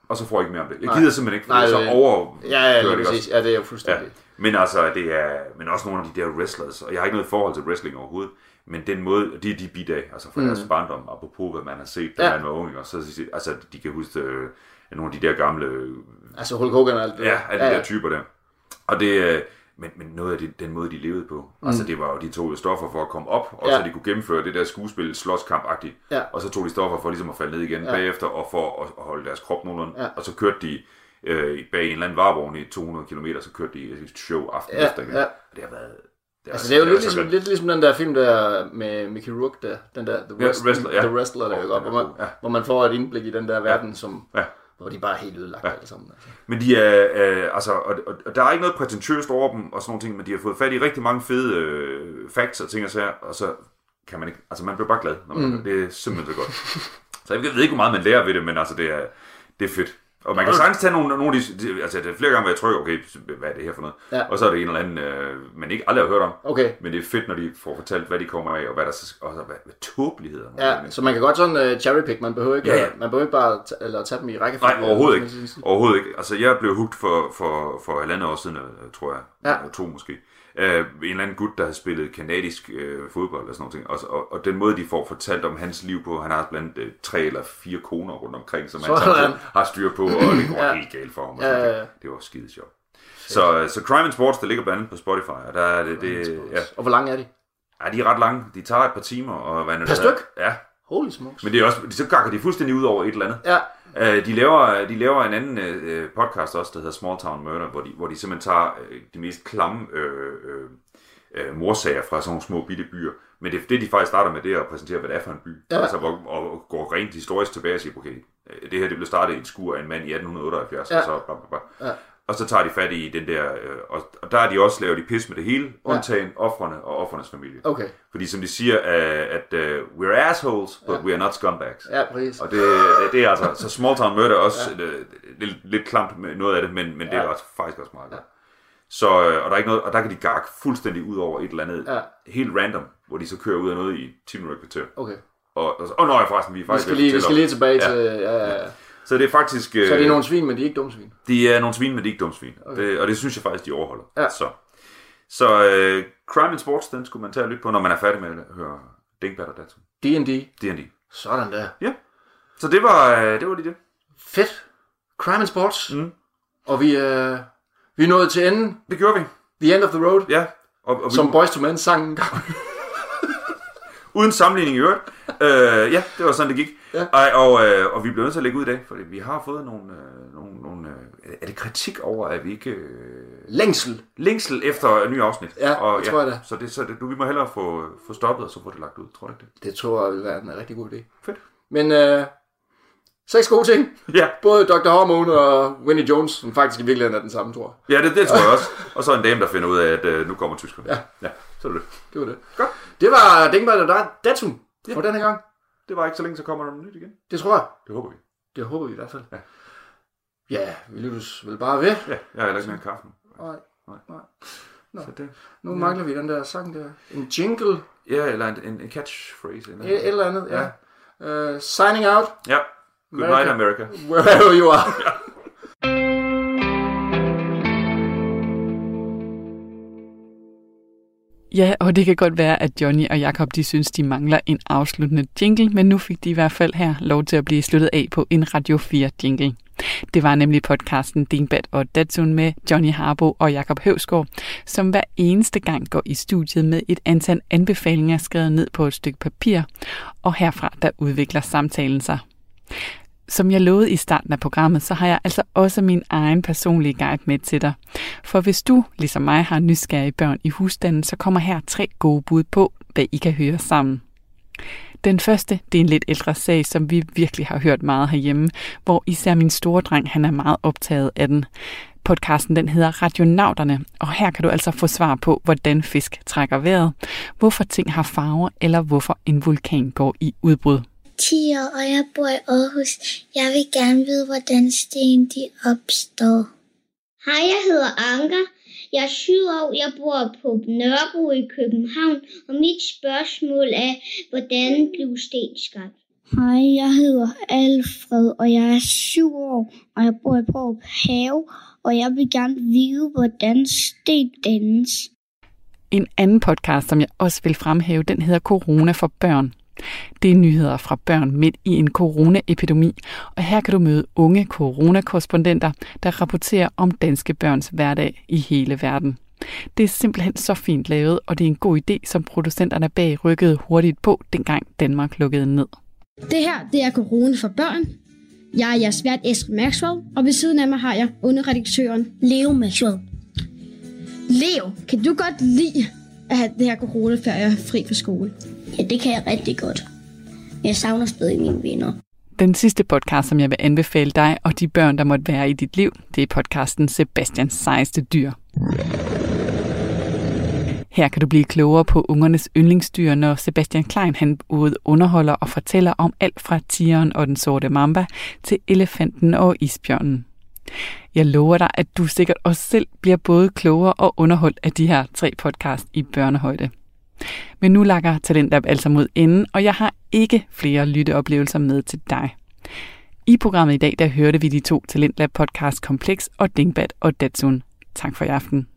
Speaker 2: og så får jeg ikke mere om det. Jeg gider simpelthen ikke, for
Speaker 3: Nej,
Speaker 2: det er så over...
Speaker 3: Ja, ja, ja, præcis. Ja, det er jo fuldstændig. Ja.
Speaker 2: Men altså, det er men også nogle af de der wrestlers, og jeg har ikke noget forhold til wrestling overhovedet, men den måde, de er de bidag, altså fra mm. deres barndom, apropos hvad man har set, da ja. man var ung, og så altså, de kan huske øh, nogle af de der gamle... Øh,
Speaker 3: altså Hulk Hogan og alt det.
Speaker 2: Ja, alle de ja, ja. der typer der. Og det... Øh, Men, men noget af det, den måde, de levede på. Mm. Altså, det var jo, de tog stoffer for at komme op, og ja. så de kunne gennemføre det der skuespil, slåskamp-agtigt. Ja. Og så tog de stoffer for ligesom at falde ned igen ja. bagefter, og for at holde deres krop nogenlunde. Ja. Og så kørte de øh, bag en eller anden varevogn i to hundrede kilometer, så kørte de et show aften ja. efter igen. Ja. Og det har været... Det
Speaker 3: altså, det er jo lidt ligesom, lidt ligesom den der film der med Mickey Rourke, der, den der The Wrestler, ja, wrestler, ja. The Wrestler der, oh, hvor, man, ja. hvor man får et indblik i den der verden, ja. som... Ja. Hvor de bare er helt ødelagt ja. alle sammen. Altså.
Speaker 2: Men de er, øh, altså, og, og, og der er ikke noget prætentiøst over dem og sådan nogle ting, men de har fået fat i rigtig mange fede øh, facts og ting og sager, og så kan man ikke, altså man bliver bare glad, når man, mm. det er simpelthen så godt. Så jeg ved ikke, hvor meget man lærer ved det, men altså det er, det er fedt. Og man kan sagtens tage nogle, nogle af de, altså det er flere gange, hvor jeg trykker, okay, hvad er det her for noget? Ja. Og så er det en eller anden, øh, man ikke aldrig har hørt om. Okay. Men det er fedt, når de får fortalt, hvad de kommer af, og hvad der og hvad, hvad tåbeligheder.
Speaker 3: Ja, så man kan godt sådan uh, cherrypick, man behøver ikke, ja, ja. man behøver ikke bare t- eller tage dem i rækkefølge.
Speaker 2: Nej, overhovedet ikke. Overhovedet ikke. Altså jeg blev hooked for, for, for halvandet år siden, tror jeg, ja. to måske. Uh, en eller anden gut, der har spillet kanadisk uh, fodbold og sådan noget. Og, og, og den måde, de får fortalt om hans liv på, han har blandt uh, tre eller fire koner rundt omkring, som han samtidig har styr på, og det går ja. helt galt for ham. Og ja, ja, ja. Det var skide sjovt. Så, så Crime and Sports, der ligger blandt andet på Spotify, og der er det... det ja.
Speaker 3: Og hvor lange er de?
Speaker 2: Ja, de er ret lange. De tager et par timer. Og hvad
Speaker 3: per styk?
Speaker 2: Ja.
Speaker 3: Holy smokes.
Speaker 2: Men det er også, så gakker de fuldstændig ud over et eller andet. Ja. Uh, de, laver, de laver en anden uh, podcast også, der hedder Small Town Murder, hvor de, hvor de simpelthen tager uh, de mest klamme uh, uh, uh, morsager fra sådan nogle små bitte byer. Men det, det de faktisk starter med, det er at præsentere, hvad det er for en by. Ja. Altså, hvor, og, og går rent historisk tilbage og siger, okay, det her det blev startet i et skur af en mand i atten otteoghalvfjerds, ja. og så bla, bla, bla. Ja. Og så tager de fat i den der, øh, og, og der er de også lavet de pis med det hele, undtagen ja. offrene og offernes familie. Okay. Fordi som de siger, uh, at uh, we're assholes, but ja. we are not scumbags. Ja, præcis. Og det, det er altså, så Small Town Murder er også ja. uh, lidt, lidt klamt med noget af det, men, men det ja. er også, faktisk også meget godt. Ja. Så, og der er ikke noget, og der kan de gakke fuldstændig ud over et eller andet, ja. helt random, hvor de så kører ud af noget i ti minutter kvarter. Okay. Og, og, og nøj, forresten, vi er faktisk...
Speaker 3: Vi skal lige, vi skal lige tilbage ja. til... Ja, ja, ja.
Speaker 2: Så det er faktisk...
Speaker 3: Så er de nogle svin, men de er ikke dumme svin?
Speaker 2: De er nogle svin, men de er ikke dumme svin. Okay. Det, og det synes jeg faktisk, de overholder. Ja. Så, så uh, Crime and Sports, den skulle man tage og lytte på, når man er færdig med at høre Dingbat og Datsun.
Speaker 3: D and D?
Speaker 2: D and D.
Speaker 3: Sådan der.
Speaker 2: Ja. Så det var, det var lige det.
Speaker 3: Fedt. Crime and Sports. Mm. Og vi, uh, vi er nået til enden.
Speaker 2: Det gjorde vi.
Speaker 3: The end of the road.
Speaker 2: Ja.
Speaker 3: Og, og Som vi... Boyz two Men sang en gang.
Speaker 2: Uden sammenligning i øvrigt. Uh, ja, det var sådan, det gik. Ja. Ej, og, uh, og vi bliver nødt til at lægge ud i dag, for vi har fået nogle... Uh, nogle, nogle uh, er det kritik over, at vi ikke... Uh,
Speaker 3: længsel.
Speaker 2: Længsel efter en ny afsnit.
Speaker 3: Ja,
Speaker 2: og,
Speaker 3: det tror
Speaker 2: ja,
Speaker 3: jeg da.
Speaker 2: Så, det, så det, du, vi må hellere få, få stoppet, og så få det lagt ud. Tror du ikke det?
Speaker 3: Det tror jeg vil være en rigtig god idé.
Speaker 2: Fedt.
Speaker 3: Men uh, seks gode ting. Ja. Både doktor Hormone og Winnie Jones, som faktisk i virkeligheden er den samme, tror jeg.
Speaker 2: Ja, det, det tror jeg også. Og så en dame, der finder ud af, at uh, nu kommer tyskerne. Ja. Ja, så er det.
Speaker 3: Det var det. Godt. Det var Dingbat og Datsun ja. for den her gang.
Speaker 2: Det var ikke så længe, så kommer der noget nyt igen.
Speaker 3: Det tror jeg.
Speaker 2: Det håber vi.
Speaker 3: Det håber vi i hvert fald. Ja, ja vi lyttes vel bare ved.
Speaker 2: Ja, jeg har heller ikke mere kaffe.
Speaker 3: Nej, nej. nej. Nå. Så det, nu ja. mangler vi den der sang der. En jingle.
Speaker 2: Ja, eller en, en, en catchphrase. Eller
Speaker 3: et eller andet, ja. ja. Uh, signing out.
Speaker 2: Ja. Good America. night, America.
Speaker 3: Wherever you are. ja.
Speaker 1: Ja, og det kan godt være, at Johnny og Jakob de synes, de mangler en afsluttende jingle, men nu fik de i hvert fald her lov til at blive sluttet af på en Radio fire jingle. Det var nemlig podcasten Dingbat og Datsun med Johnny Harbo og Jakob Høvsgaard, som hver eneste gang går i studiet med et antal anbefalinger skrevet ned på et stykke papir, og herfra der udvikler samtalen sig. Som jeg lovede i starten af programmet, så har jeg altså også min egen personlige guide med til dig. For hvis du, ligesom mig, har nysgerrige børn i husstanden, så kommer her tre gode bud på, hvad I kan høre sammen. Den første, det er en lidt ældre sag, som vi virkelig har hørt meget herhjemme, hvor især min store dreng, han er meget optaget af den. Podcasten den hedder Radionauterne, og her kan du altså få svar på, hvordan fisk trækker vejret, hvorfor ting har farver, eller hvorfor en vulkan går i udbrud.
Speaker 4: ti år, og jeg bor i Aarhus. Jeg vil gerne vide, hvordan sten de opstår.
Speaker 5: Hej, jeg hedder Anker. Jeg er syv år. Jeg bor på Nørrebro i København. Og mit spørgsmål er, hvordan blev sten skabt?
Speaker 4: Hej, jeg hedder Alfred, og jeg er syv år, og jeg bor i Pårup Have, og jeg vil gerne vide, hvordan sten dannes.
Speaker 1: En anden podcast, som jeg også vil fremhæve, den hedder Corona for børn. Det er nyheder fra børn midt i en coronaepidemi, og her kan du møde unge coronakorrespondenter, der rapporterer om danske børns hverdag i hele verden. Det er simpelthen så fint lavet, og det er en god idé, som producenterne bag rykkede hurtigt på, dengang Danmark lukkede ned.
Speaker 6: Det her, det er Corona for børn. Jeg er jeres vært Estrid Maxwell, og ved siden af mig har jeg underredaktøren
Speaker 7: Leo Maxwell.
Speaker 6: Leo, kan du godt lide at have det her corona, før jeg er fri fra skole?
Speaker 7: Ja, det kan jeg rigtig godt. Jeg savner stadig mine venner.
Speaker 1: Den sidste podcast, som jeg vil anbefale dig og de børn, der måtte være i dit liv, det er podcasten Sebastians sejeste dyr. Her kan du blive klogere på ungernes yndlingsdyr, når Sebastian Klein han både underholder og fortæller om alt fra tigeren og den sorte mamba til elefanten og isbjørnen. Jeg lover dig, at du sikkert også selv bliver både klogere og underholdt af de her tre podcast i børnehøjde. Men nu lakker Talentlab altså mod enden, og jeg har ikke flere lytteoplevelser med til dig. I programmet i dag, der hørte vi de to Talentlab podcast Kompleks og Dingbat og Datsun. Tak for i aften.